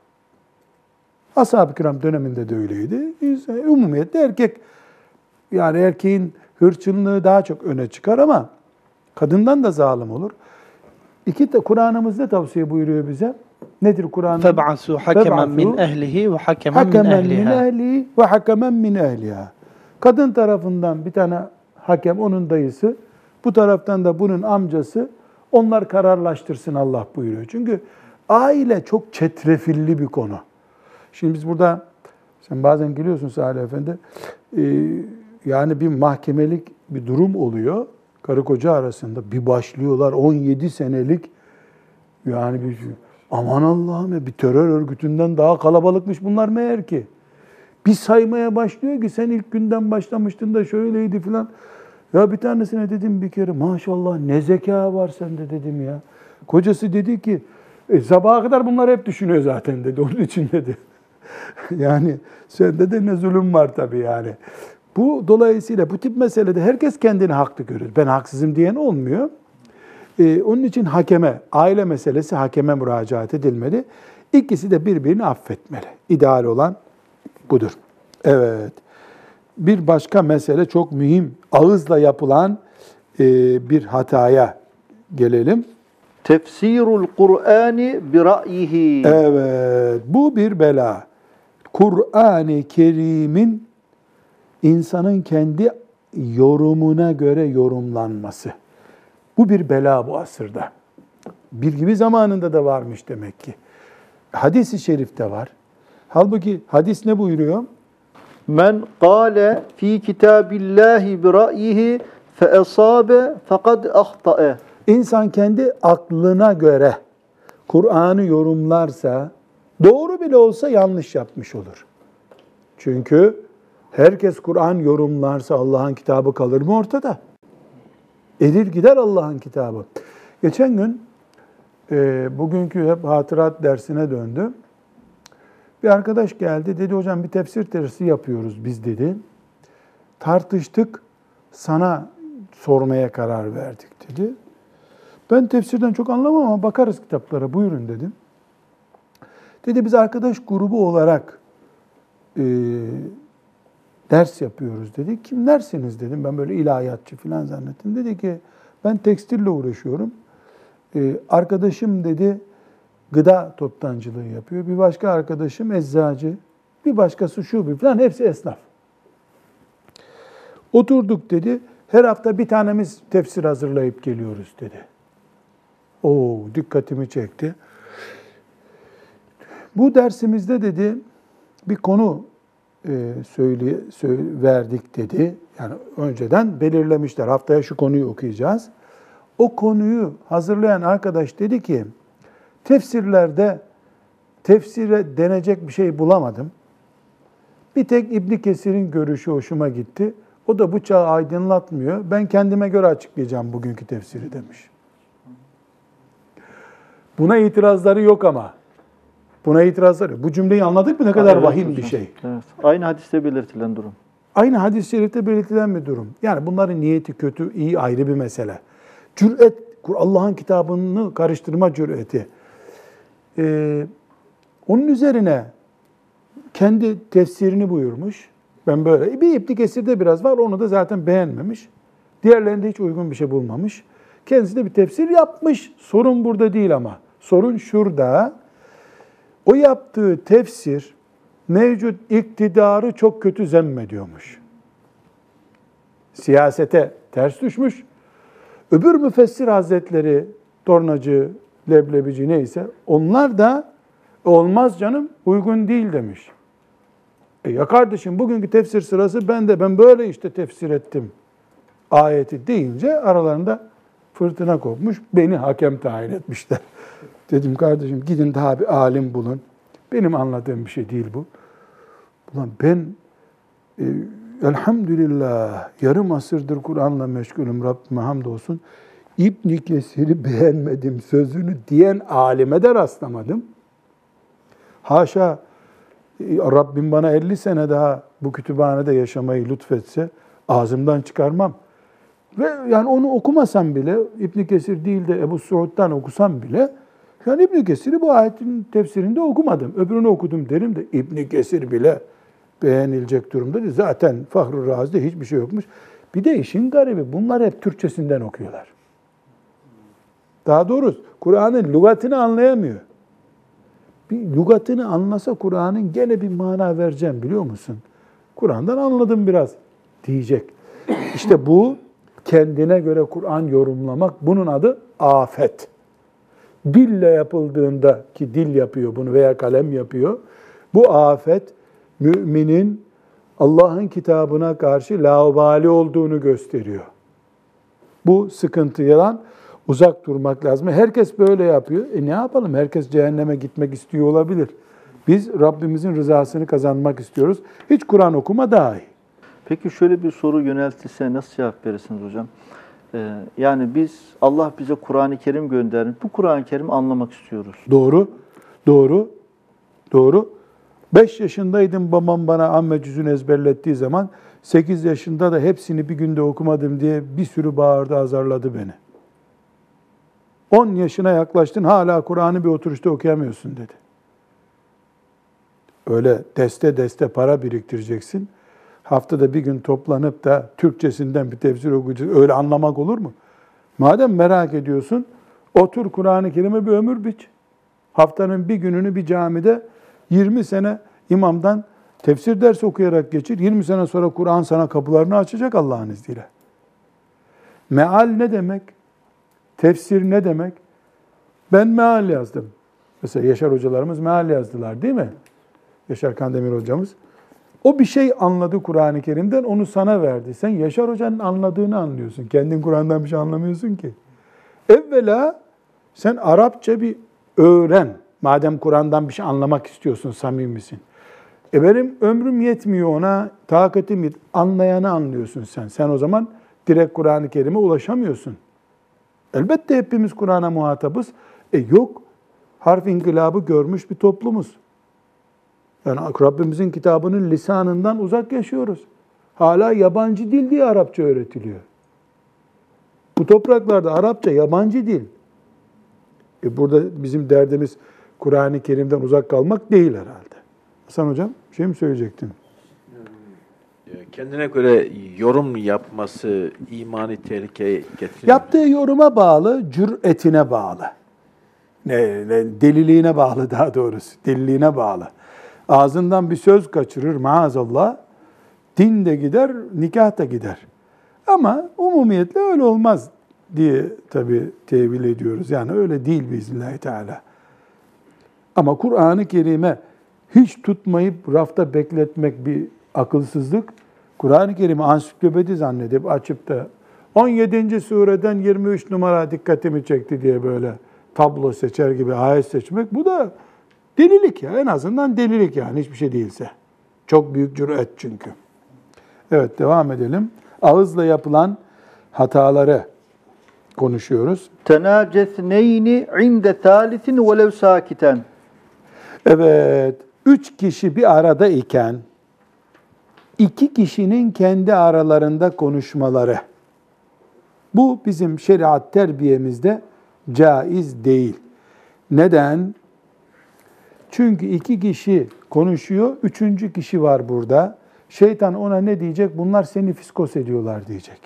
Ashab-ı kiram döneminde de öyleydi. Umumiyetle erkek, yani erkeğin hırçınlığı daha çok öne çıkar ama kadından da zalim olur. İki de Kur'an'ımız ne tavsiye buyuruyor bize? Nedir Kur'an? فَبْعَثُوا حَكَمًا مِنْ اَهْلِهِ وَحَكَمًا مِنْ Hakemen min اَهْلِهَا. ehli ve hakemen min ehliha. Kadın tarafından bir tane hakem, onun dayısı, bu taraftan da bunun amcası, onlar kararlaştırsın Allah buyuruyor. Çünkü aile çok çetrefilli bir konu. Şimdi biz burada, sen bazen geliyorsun Salih Efendi, e, yani bir mahkemelik bir durum oluyor. Karı koca arasında bir başlıyorlar on yedi senelik, yani bir aman Allah'ım ya, bir terör örgütünden daha kalabalıkmış bunlar meğer ki. Bir saymaya başlıyor ki sen ilk günden başlamıştın da şöyleydi filan. Ya bir tanesine dedim bir kere, maşallah ne zeka var sende dedim ya. Kocası dedi ki e, sabaha kadar bunlar hep düşünüyor zaten dedi, onun için dedi. Yani sende de ne zulüm var tabii yani. Bu dolayısıyla bu tip meselede herkes kendini haklı görür. Ben haksızım diyen olmuyor. Ee, onun için hakeme, aile meselesi hakeme müracaat edilmeli. İkisi de birbirini affetmeli. İdeal olan budur. Evet. bir başka mesele çok mühim. Ağızla yapılan e, bir hataya gelelim. Tefsirul Kur'ani bi ra'yihi. Evet, bu bir bela. Kur'an-ı Kerim'in insanın kendi yorumuna göre yorumlanması. Bu bir bela bu asırda. Bir gibi zamanında da varmış demek ki. Hadis-i şerifte var. Halbuki hadis ne buyuruyor? Men qâle fî kitâbillâhi bi ra'yihi fe esâbe fekad ahta'e. İnsan kendi aklına göre Kur'an'ı yorumlarsa, doğru bile olsa yanlış yapmış olur. Çünkü herkes Kur'an yorumlarsa Allah'ın kitabı kalır mı ortada? Erir gider Allah'ın kitabı. Geçen gün e, bugünkü hep hatırat dersine döndü. Bir arkadaş geldi, dedi hocam bir tefsir dersi yapıyoruz biz dedi. Tartıştık, sana sormaya karar verdik dedi. Ben tefsirden çok anlamam ama bakarız kitaplara, buyurun dedim. Dedi biz arkadaş grubu olarak e, ders yapıyoruz dedi. Kimlersiniz dedim, ben böyle ilahiyatçı falan zannettim. Dedi ki ben tekstille uğraşıyorum. E, arkadaşım dedi gıda toptancılığı yapıyor. Bir başka arkadaşım eczacı. Bir başkası şube falan, hepsi esnaf. Oturduk dedi. Her hafta bir tanemiz tefsir hazırlayıp geliyoruz dedi. Oo, dikkatimi çekti. Bu dersimizde dedi bir konu e, söyle, söyle verdik dedi. Yani önceden belirlemişler. Haftaya şu konuyu okuyacağız. O konuyu hazırlayan arkadaş dedi ki tefsirlerde tefsire denecek bir şey bulamadım. Bir tek İbn Kesir'in görüşü hoşuma gitti. O da bu çağı aydınlatmıyor. Ben kendime göre açıklayacağım bugünkü tefsiri demiş. Buna itirazları yok ama. Buna itirazları yok. Bu cümleyi anladık mı ne kadar Evet, vahim hocam. bir şey. Evet. Aynı hadiste belirtilen durum. Aynı hadis-i şerifte belirtilen bir durum. Yani bunların niyeti kötü, iyi ayrı bir mesele. Cüret, Allah'ın kitabını karıştırma cüreti. Ee, onun üzerine kendi tefsirini buyurmuş. Ben böyle, bir İbn Kesir'de biraz var, onu da zaten beğenmemiş. Diğerlerinde hiç uygun bir şey bulmamış. Kendisi de bir tefsir yapmış. Sorun burada değil ama. Sorun şurada. O yaptığı tefsir mevcut iktidarı çok kötü zemmediyormuş. Siyasete ters düşmüş. Öbür müfessir hazretleri, tornacı, leblebici neyse, onlar da olmaz canım, uygun değil demiş. E ya kardeşim bugünkü tefsir sırası bende, ben böyle işte tefsir ettim ayeti deyince aralarında fırtına kopmuş, beni hakem tayin etmişler. Dedim kardeşim gidin daha bir alim bulun. Benim anladığım bir şey değil bu. Ulan ben e, elhamdülillah yarım asırdır Kur'an'la meşgulüm, Rabbime hamdolsun. İbn Kesir'i beğenmedim sözünü diyen alime de rastlamadım. Haşa Rabbim bana elli sene daha bu kütüphanede yaşamayı lütfetse ağzımdan çıkarmam. Ve yani onu okumasam bile, İbn Kesir değil de Ebu Suud'dan okusam bile, yani İbn Kesir'i bu ayetin tefsirinde okumadım. Öbürünü okudum derim de İbn Kesir bile beğenilecek durumda değil. Zaten Fahru Razi'de hiçbir şey yokmuş. Bir de işin garibi, bunlar hep Türkçesinden okuyorlar. Daha doğrusu Kur'an'ın lügatını anlayamıyor. Bir lügatını anlasa Kur'an'ın gene bir mana vereceğim biliyor musun? Kur'an'dan anladım biraz diyecek. İşte bu kendine göre Kur'an yorumlamak, bunun adı afet. Dille yapıldığında, ki dil yapıyor bunu veya kalem yapıyor, bu afet müminin Allah'ın kitabına karşı laubali olduğunu gösteriyor. Bu sıkıntıdan uzak durmak lazım. Herkes böyle yapıyor. E ne yapalım? Herkes cehenneme gitmek istiyor olabilir. Biz Rabbimizin rızasını kazanmak istiyoruz. Hiç Kur'an okuma daha iyi. Peki şöyle bir soru yöneltilse nasıl cevap verirsiniz hocam? Ee, yani biz, Allah bize Kur'an-ı Kerim göndermiş. Bu Kur'an-ı Kerim'i anlamak istiyoruz. Doğru, doğru, doğru. Beş yaşındaydım, babam bana amme cüzünü ezberlettiği zaman, sekiz yaşında da hepsini bir günde okumadım diye bir sürü bağırdı, azarladı beni. On yaşına yaklaştın, hala Kur'an'ı bir oturuşta okuyamıyorsun dedi. Öyle deste deste para biriktireceksin. haftada bir gün toplanıp da Türkçesinden bir tefsir okuyacağız. Öyle anlamak olur mu? Madem merak ediyorsun, otur Kur'an-ı Kerim'e bir ömür biç. Haftanın bir gününü bir camide yirmi sene imamdan tefsir dersi okuyarak geçir. yirmi sene sonra Kur'an sana kapılarını açacak Allah'ın izniyle. Meal ne demek? Tefsir ne demek? Ben meal yazdım. Mesela Yaşar hocalarımız meal yazdılar değil mi? Yaşar Kandemir hocamız. O bir şey anladı Kur'an-ı Kerim'den, onu sana verdi. Sen Yaşar hocanın anladığını anlıyorsun. Kendin Kur'an'dan bir şey anlamıyorsun ki. Evvela sen Arapça bir öğren. Madem Kur'an'dan bir şey anlamak istiyorsun, samimisin. E benim ömrüm yetmiyor ona, takatim yet. Anlayanı anlıyorsun sen. Sen o zaman direkt Kur'an-ı Kerim'e ulaşamıyorsun. Elbette hepimiz Kur'an'a muhatabız. E yok, harf inkılabı görmüş bir toplumuz. Yani Rabbimizin kitabının lisanından uzak yaşıyoruz. Hala yabancı dil diye Arapça öğretiliyor. Bu topraklarda Arapça yabancı dil. E burada bizim derdimiz Kur'an-ı Kerim'den uzak kalmak değil herhalde. Hasan hocam, bir şey mi söyleyecektin? Kendine göre yorum yapması imanı tehlikeye getiriyor. Yaptığı yoruma bağlı, cüretine bağlı. Ne, ne, deliliğine bağlı daha doğrusu. Deliliğine bağlı. Ağzından bir söz kaçırır maazallah. Din de gider, nikah da gider. Ama umumiyetle öyle olmaz diye tabii tevil ediyoruz. Yani öyle değil biiznillahü teala. Ama Kur'an-ı Kerim'e hiç tutmayıp rafta bekletmek bir akılsızlık. Kur'an-ı Kerim'i ansiklopedi zannedip açıp da on yedinci sureden yirmi üç numara dikkatimi çekti diye böyle tablo seçer gibi ayet seçmek, bu da delilik ya. En azından delilik yani, hiçbir şey değilse. Çok büyük cüret çünkü. Evet, devam edelim. Ağızla yapılan hataları konuşuyoruz. Tenacesneyni inde talisin velev sakiten. Evet, üç kişi bir arada iken iki kişinin kendi aralarında konuşmaları. Bu bizim şeriat terbiyemizde caiz değil. Neden? Çünkü iki kişi konuşuyor, üçüncü kişi var burada. Şeytan ona ne diyecek? Bunlar seni fiskos ediyorlar diyecek.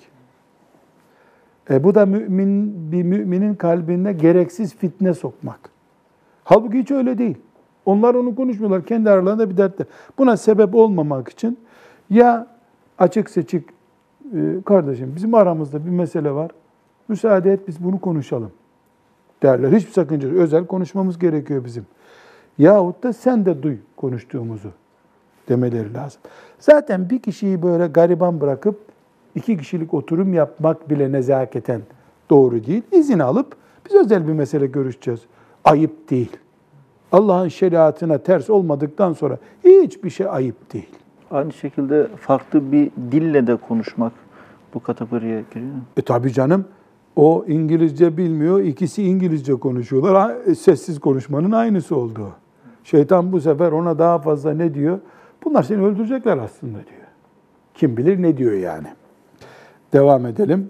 E bu da mümin, bir müminin kalbine gereksiz fitne sokmak. Halbuki hiç öyle değil. Onlar onu konuşmuyorlar. Kendi aralarında bir dertler. Buna sebep olmamak için ya açık seçik, kardeşim bizim aramızda bir mesele var, müsaade et biz bunu konuşalım derler. Hiçbir sakınca yok. Özel konuşmamız gerekiyor bizim. Yahut da sen de duy konuştuğumuzu demeleri lazım. Zaten bir kişiyi böyle gariban bırakıp iki kişilik oturum yapmak bile nezaketen doğru değil. İzin alıp biz özel bir mesele görüşeceğiz. Ayıp değil. Allah'ın şeriatına ters olmadıktan sonra hiçbir şey ayıp değil. Aynı şekilde farklı bir dille de konuşmak bu kategoriye giriyor. E tabii canım. O İngilizce bilmiyor, ikisi İngilizce konuşuyorlar. Sessiz konuşmanın aynısı oldu. Şeytan bu sefer ona daha fazla ne diyor? Bunlar seni öldürecekler aslında diyor. Kim bilir ne diyor yani. Devam edelim.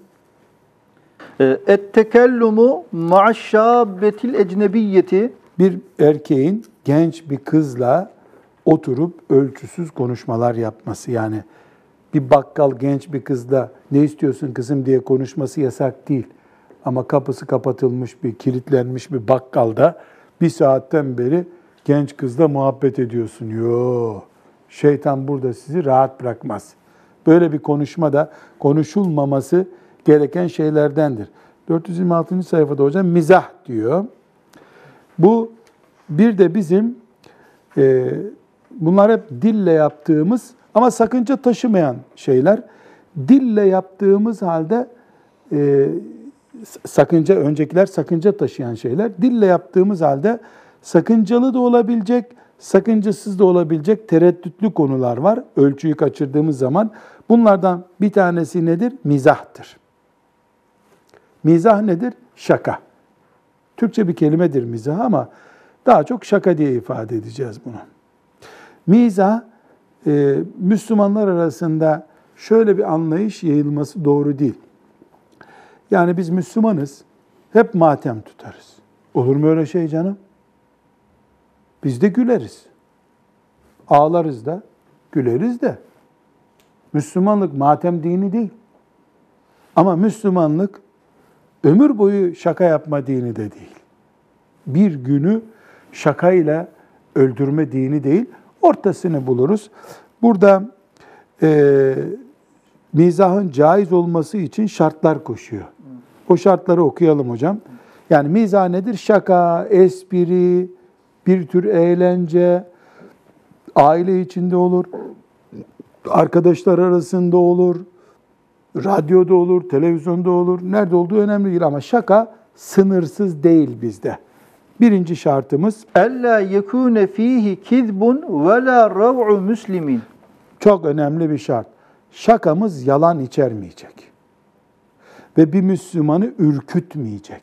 Et-tekellumu ma'aşşâbbetil ecnebiyyeti. Bir erkeğin genç bir kızla oturup ölçüsüz konuşmalar yapması. Yani bir bakkal genç bir kızla ne istiyorsun kızım diye konuşması yasak değil. Ama kapısı kapatılmış bir, kilitlenmiş bir bakkalda bir saatten beri genç kızla muhabbet ediyorsun. Yo, şeytan burada sizi rahat bırakmaz. Böyle bir konuşma da konuşulmaması gereken şeylerdendir. dört yüz yirmi altıncı sayfada hocam mizah diyor. Bu bir de bizim e, bunlar hep dille yaptığımız ama sakınca taşımayan şeyler. Dille yaptığımız halde e, sakınca, öncekiler sakınca taşıyan şeyler. Dille yaptığımız halde sakıncalı da olabilecek, sakıncasız da olabilecek tereddütlü konular var. Ölçüyü kaçırdığımız zaman. Bunlardan bir tanesi nedir? Mizahtır. Mizah nedir? Şaka. Türkçe bir kelimedir mizah ama daha çok şaka diye ifade edeceğiz bunu. Mizah, e, Müslümanlar arasında şöyle bir anlayış yayılması doğru değil. Yani biz Müslümanız, hep matem tutarız. Olur mu öyle şey canım? Biz de güleriz. Ağlarız da, güleriz de. Müslümanlık matem dini değil. Ama Müslümanlık ömür boyu şaka yapma dini de değil. Bir günü şakayla öldürme dini değil. Ortasını buluruz. Burada e, mizahın caiz olması için şartlar koşuyor. O şartları okuyalım hocam. Yani mizah nedir? Şaka, espri, bir tür eğlence, aile içinde olur, arkadaşlar arasında olur, radyoda olur, televizyonda olur. Nerede olduğu önemli değil ama şaka sınırsız değil bizde. Birinci şartımız Ella yekune fihi kizbun ve la rav'u muslimin. çok önemli bir şart. Şakamız yalan içermeyecek. Ve bir Müslümanı ürkütmeyecek.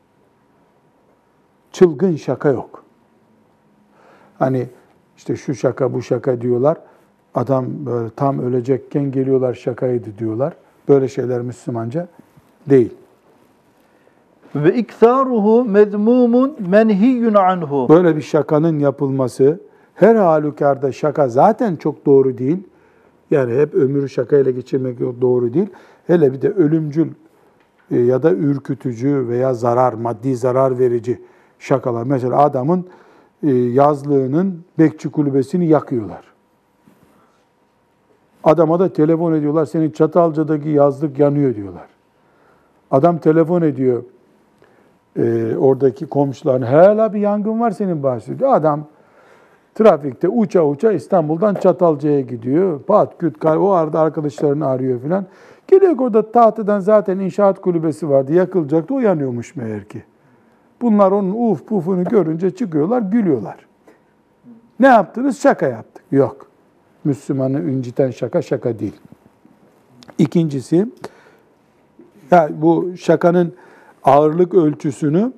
Çılgın şaka yok. Hani işte şu şaka bu şaka diyorlar. Adam böyle tam ölecekken geliyorlar şakaydı diyorlar. Böyle şeyler Müslümanca değil. Ve iktaruhu mezmumun menhiyyun anhu. Böyle bir şakanın yapılması her halükarda şaka zaten çok doğru değil. Yani hep ömrü şakayla geçirmek doğru değil. Hele bir de ölümcül ya da ürkütücü veya zarar, maddi zarar verici şakalar. Mesela adamın yazlığının bekçi kulübesini yakıyorlar. Adama da telefon ediyorlar, senin Çatalca'daki yazlık yanıyor diyorlar. Adam telefon ediyor e, oradaki komşularına, hala bir yangın var senin bahçede. Adam trafikte uça uça İstanbul'dan Çatalca'ya gidiyor. Pat küt, o arada arkadaşlarını arıyor filan. Geliyor orada tahtadan zaten inşaat kulübesi vardı, yakılacaktı, o yanıyormuş meğer ki. Bunlar onun uf pufunu görünce çıkıyorlar, gülüyorlar. Ne yaptınız? Şaka yaptık. Yok. Müslümanı inciten şaka, şaka değil. İkincisi, yani bu şakanın ağırlık ölçüsünü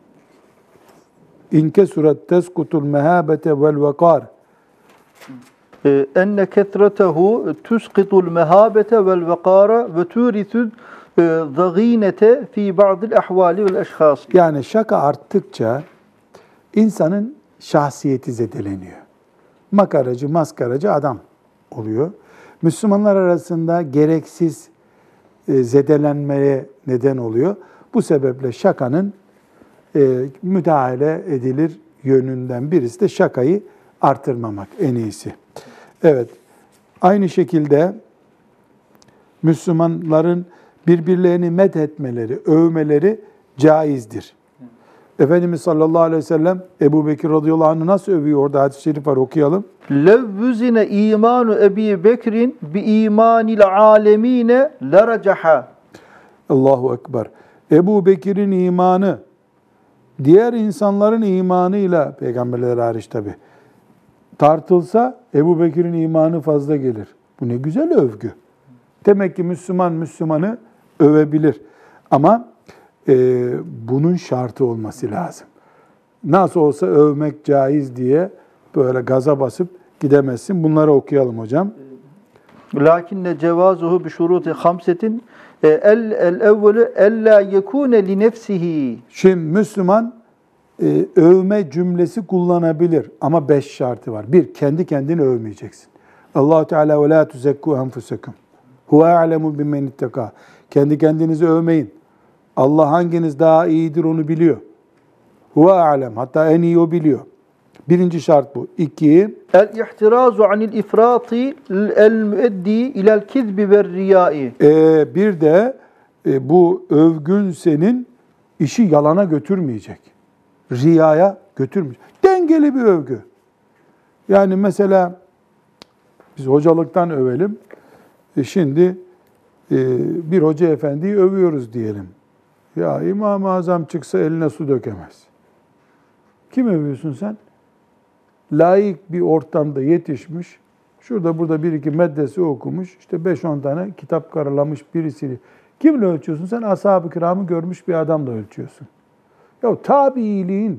inke surat teskutul mehabete vel vakar. Enne ketretehu tusqitul mehabete vel vakara ve turisud zaginete fi ba'dil ahvali vel eşkhas. Yani şaka arttıkça insanın şahsiyeti zedeleniyor. Makaracı, maskaracı adam oluyor. Müslümanlar arasında gereksiz zedelenmeye neden oluyor. Bu sebeple şakanın e, müdahale edilir yönünden birisi de şakayı artırmamak en iyisi. Evet, aynı şekilde Müslümanların birbirlerini medhetmeleri, övmeleri caizdir. Efendimiz sallallahu aleyhi ve sellem Ebu Bekir radıyallahu anh'ı nasıl övüyor? Orada hadis-i şerif var, okuyalım. Levvüzine imanu Ebi Bekir'in bi imanil alemine leracaha. Allahu Ekber. Ebu Bekir'in imanı, diğer insanların imanıyla, peygamberler hariç tabi, tartılsa Ebu Bekir'in imanı fazla gelir. Bu ne güzel övgü. Demek ki Müslüman Müslümanı övebilir. Ama e, bunun şartı olması lazım. Nasıl olsa övmek caiz diye böyle gaza basıp gidemezsin. Bunları okuyalım hocam. Lakinne cevazuhu bi şuruti hamsetin el el evvelu ella yekune li nefsihi. Şimdi Müslüman e, övme cümlesi kullanabilir ama beş şartı var. Bir, kendi kendini övmeyeceksin. Allah Teala ve la tuzekku enfusekum. Huve a'lemu bimmen itteka. Kendi kendinizi övmeyin. Allah hanginiz daha iyidir onu biliyor. Huve a'lem. Hatta en iyi o biliyor. Birinci şart bu. İki, El-ihtirazu anil ifrati el-müeddi ilel kizbi ve riyai. E, bir de e, bu övgün senin işi yalana götürmeyecek. Riyaya götürmeyecek. Dengeli bir övgü. Yani mesela biz hocalıktan övelim. E şimdi e, bir hoca efendiyi övüyoruz diyelim. Ya İmam-ı Azam çıksa eline su dökemez. Kim övüyorsun sen? Layık bir ortamda yetişmiş, şurada burada bir iki meddesi okumuş, işte beş on tane kitap karalamış birisini. Kimle ölçüyorsun? Sen ashab-ı kiramı görmüş bir adamla ölçüyorsun. Ya tabiiliğin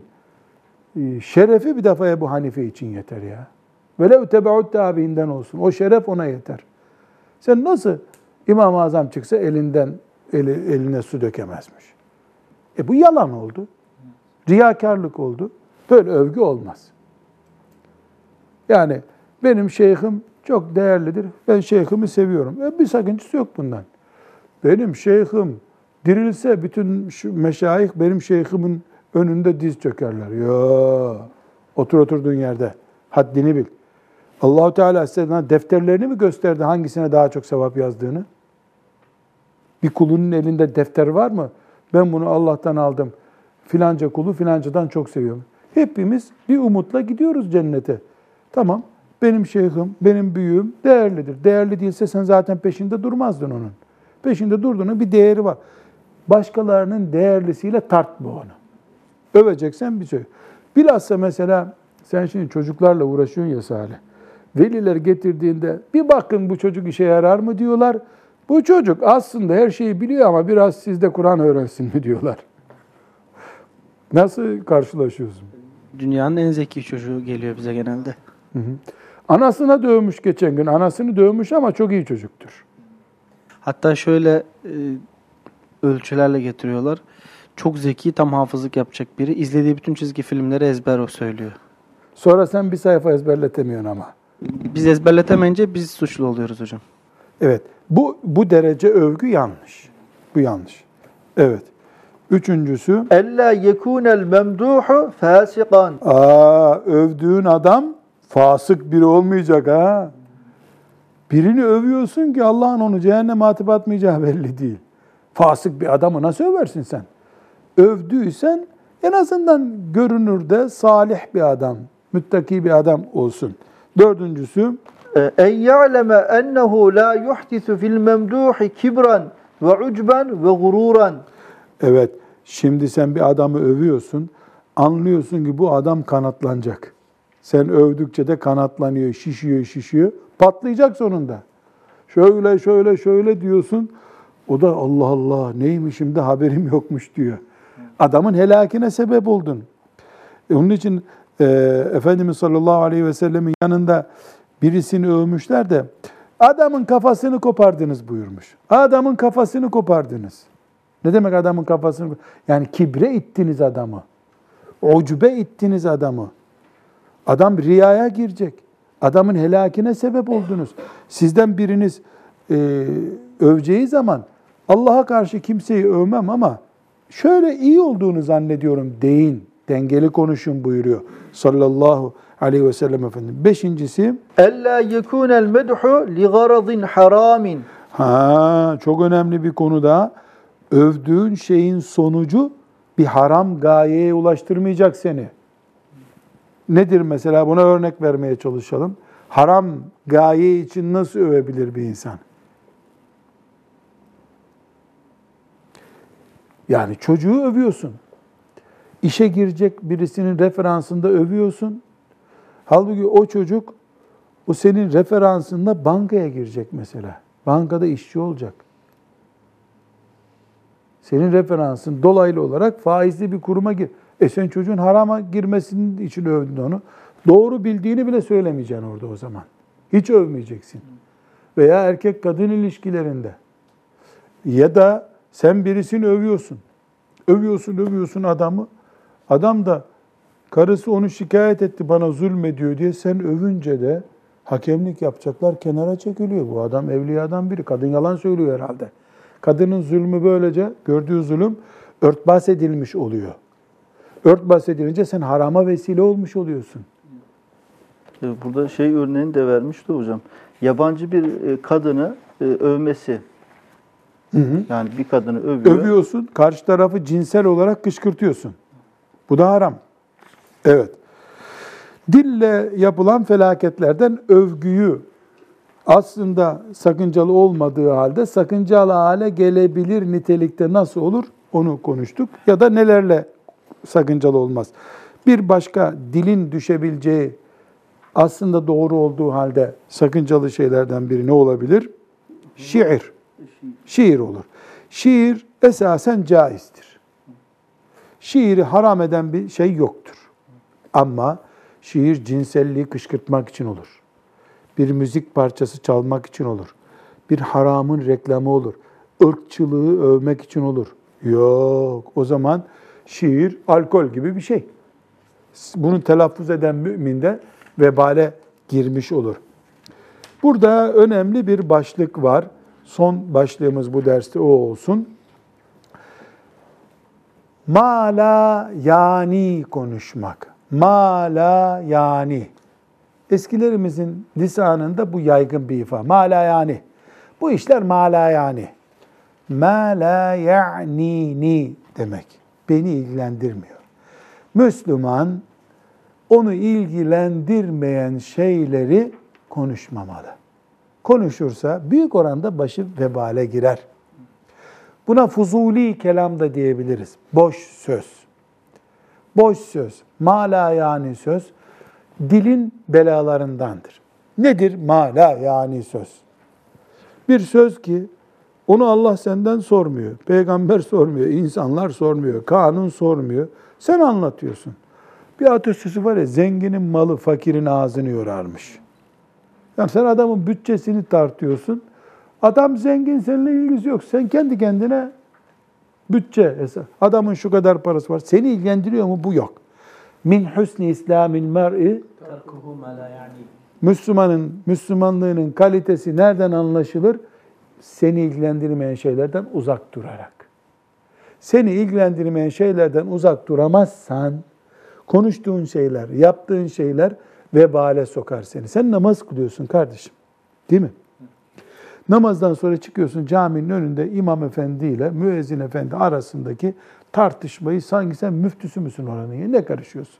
şerefi bir defa Ebu Hanife için yeter ya. Velev tebeut tabiinden olsun. O şeref ona yeter. Sen nasıl İmam-ı Azam çıksa elinden eli, eline su dökemezmiş. E bu yalan oldu. Riyakarlık oldu. Böyle övgü olmaz. Yani benim şeyhim çok değerlidir. Ben şeyhimi seviyorum. E, bir sakıncası yok bundan. Benim şeyhim dirilse bütün şu meşayih benim şeyhimin önünde diz çökerler. Ya otur oturduğun yerde. Haddini bil. Allahu Teala size defterlerini mi gösterdi hangisine daha çok sevap yazdığını? Bir kulunun elinde defter var mı? Ben bunu Allah'tan aldım. Filanca kulu filancadan çok seviyorum. Hepimiz bir umutla gidiyoruz cennete. Tamam, benim şeyhim, benim büyüğüm değerlidir. Değerli değilse sen zaten peşinde durmazdın onun. Peşinde durduğunun bir değeri var. Başkalarının değerlisiyle tartma onu. Öveceksen bir şey. Bilhassa mesela sen şimdi çocuklarla uğraşıyorsun ya Salih. Veliler getirdiğinde bir bakın bu çocuk işe yarar mı diyorlar. Bu çocuk aslında her şeyi biliyor ama biraz sizde Kur'an öğrensin mi diyorlar. Nasıl karşılaşıyorsun? Dünyanın en zeki çocuğu geliyor bize genelde. Hı hı. Anasına dövmüş geçen gün. Anasını dövmüş ama çok iyi çocuktur. Hatta şöyle e, ölçülerle getiriyorlar. Çok zeki, tam hafızlık yapacak biri. İzlediği bütün çizgi filmleri ezber o söylüyor. Sonra sen bir sayfa ezberletemiyorsun ama. Biz ezberletemeyince biz suçlu oluyoruz hocam. Evet. Bu bu derece övgü yanlış. Bu yanlış. Evet. Üçüncüsü, Ella yekunel memduhu fasikan. aa, övdüğün adam fasık biri olmayacak ha. Birini övüyorsun ki Allah'ın onu cehenneme atıp atmayacağı belli değil. Fasık bir adamı nasıl översin sen? Övdüysen en azından görünürde salih bir adam, müttaki bir adam olsun. Dördüncüsü, En ya'leme ennehu la yuhdisu fil memduhi kibran ve ucben ve gururan. evet, şimdi sen bir adamı övüyorsun, anlıyorsun ki bu adam kanatlanacak. Sen övdükçe de kanatlanıyor, şişiyor, şişiyor, patlayacak sonunda. Şöyle, şöyle, şöyle diyorsun, o da Allah Allah neymişim de haberim yokmuş diyor. Adamın helakine sebep oldun. E onun için e, Efendimiz sallallahu aleyhi ve sellemin yanında birisini övmüşler de adamın kafasını kopardınız buyurmuş. Adamın kafasını kopardınız. Ne demek adamın kafasını? Yani kibre ittiniz adamı. Ucube ittiniz adamı. Adam riyaya girecek. Adamın helakine sebep oldunuz. Sizden biriniz e, öveceği zaman Allah'a karşı kimseyi övmem ama şöyle iyi olduğunu zannediyorum deyin. Dengeli konuşun buyuruyor sallallahu aleyhi ve sellem Efendimiz. Beşincisi, Ella yekunel medhu li garadin haramin. ha çok önemli bir konu daha. Övdüğün şeyin sonucu bir haram gayeye ulaştırmayacak seni. Nedir mesela? Buna örnek vermeye çalışalım. Haram gaye için nasıl övebilir bir insan? Yani çocuğu övüyorsun. İşe girecek birisinin referansında övüyorsun. Halbuki o çocuk, o senin referansında bankaya girecek mesela. Bankada işçi olacak. Senin referansın dolaylı olarak faizli bir kuruma gir. E sen çocuğun harama girmesinin için övdün onu. Doğru bildiğini bile söylemeyeceksin orada o zaman. Hiç övmeyeceksin. Veya erkek kadın ilişkilerinde. Ya da sen birisini övüyorsun. Övüyorsun, övüyorsun adamı. Adam da karısı onu şikayet etti, bana zulmediyor diye sen övünce de hakemlik yapacaklar, kenara çekiliyor. Bu adam evliyadan biri. Kadın yalan söylüyor herhalde. Kadının zulmü böylece, gördüğü zulüm örtbas edilmiş oluyor. Örtbas edilince sen harama vesile olmuş oluyorsun. Burada şey örneğini de vermişti hocam. Yabancı bir kadını övmesi. Hı hı. Yani bir kadını övüyor. Övüyorsun, karşı tarafı cinsel olarak kışkırtıyorsun. Bu da haram. Evet. Dille yapılan felaketlerden övgüyü aslında sakıncalı olmadığı halde sakıncalı hale gelebilir nitelikte nasıl olur onu konuştuk. Ya da nelerle sakıncalı olmaz. Bir başka dilin düşebileceği aslında doğru olduğu halde sakıncalı şeylerden biri ne olabilir? Şiir. Şiir olur. Şiir esasen caizdir. Şiiri haram eden bir şey yoktur. Ama şiir cinselliği kışkırtmak için olur. Bir müzik parçası çalmak için olur. Bir haramın reklamı olur. Irkçılığı övmek için olur. Yok. O zaman şiir alkol gibi bir şey. Bunu telaffuz eden mümin de vebale girmiş olur. Burada önemli bir başlık var. Son başlığımız bu derste o olsun. Mala yani konuşmak. Mala yani. Eskilerimizin lisanında bu yaygın bir ifade. Mala yani. Bu işler mala yani. Mala ya'nini demek. Beni ilgilendirmiyor. Müslüman onu ilgilendirmeyen şeyleri konuşmamalı. Konuşursa büyük oranda başı vebale girer. Buna fuzuli kelam da diyebiliriz. Boş söz. Boş söz, mala yani söz, dilin belalarındandır. Nedir mala yani söz? Bir söz ki onu Allah senden sormuyor, peygamber sormuyor, insanlar sormuyor, kanun sormuyor. Sen anlatıyorsun. Bir atasözü var ya, zenginin malı fakirin ağzını yorarmış. Yani sen adamın bütçesini tartıyorsun. Adam zengin, seninle ilgisi yok. Sen kendi kendine bütçe hesap. Adamın şu kadar parası var. Seni ilgilendiriyor mu? Bu yok. Min husni İslamil mer'i Müslümanın, Müslümanlığının kalitesi nereden anlaşılır? Seni ilgilendirmeyen şeylerden uzak durarak. Seni ilgilendirmeyen şeylerden uzak duramazsan, konuştuğun şeyler, yaptığın şeyler vebale sokar seni. Sen namaz kılıyorsun kardeşim. Değil mi? Namazdan sonra çıkıyorsun caminin önünde imam efendi ile müezzin efendi arasındaki tartışmayı sanki sen müftüsü müsün oranın? Ne karışıyorsun?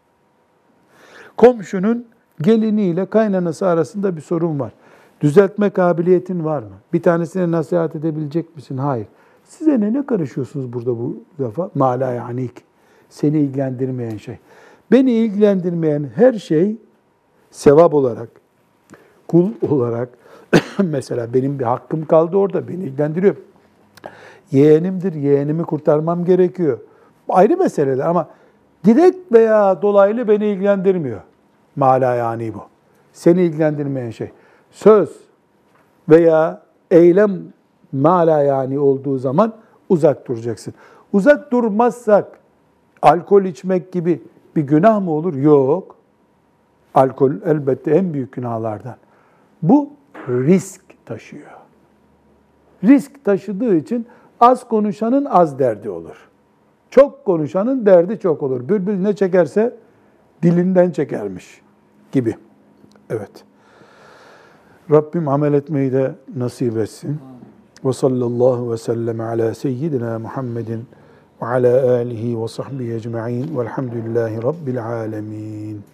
Komşunun geliniyle kaynanası arasında bir sorun var. Düzeltme kabiliyetin var mı? Bir tanesine nasihat edebilecek misin? Hayır. Size ne, ne karışıyorsunuz burada bu lafa? Mala yanik. Seni ilgilendirmeyen şey. Beni ilgilendirmeyen her şey sevap olarak, kul olarak, mesela benim bir hakkım kaldı orada, beni ilgilendiriyor. Yeğenimdir, yeğenimi kurtarmam gerekiyor. Ayrı meseleler ama direkt veya dolaylı beni ilgilendirmiyor. Mala yani bu. Seni ilgilendirmeyen şey. Söz veya eylem mala yani olduğu zaman uzak duracaksın. Uzak durmazsak alkol içmek gibi bir günah mı olur? Yok. Alkol elbette en büyük günahlardan. Bu risk taşıyor. Risk taşıdığı için az konuşanın az derdi olur. Çok konuşanın derdi çok olur. Bülbül ne çekerse dilinden çekermiş gibi. Evet. Rabbim amel etmeyi de nasip etsin. Ve sallallahu ve sellem ala seyyidina Muhammedin ve ala alihi ve sahbihi ecma'in velhamdülillahi rabbil alemin.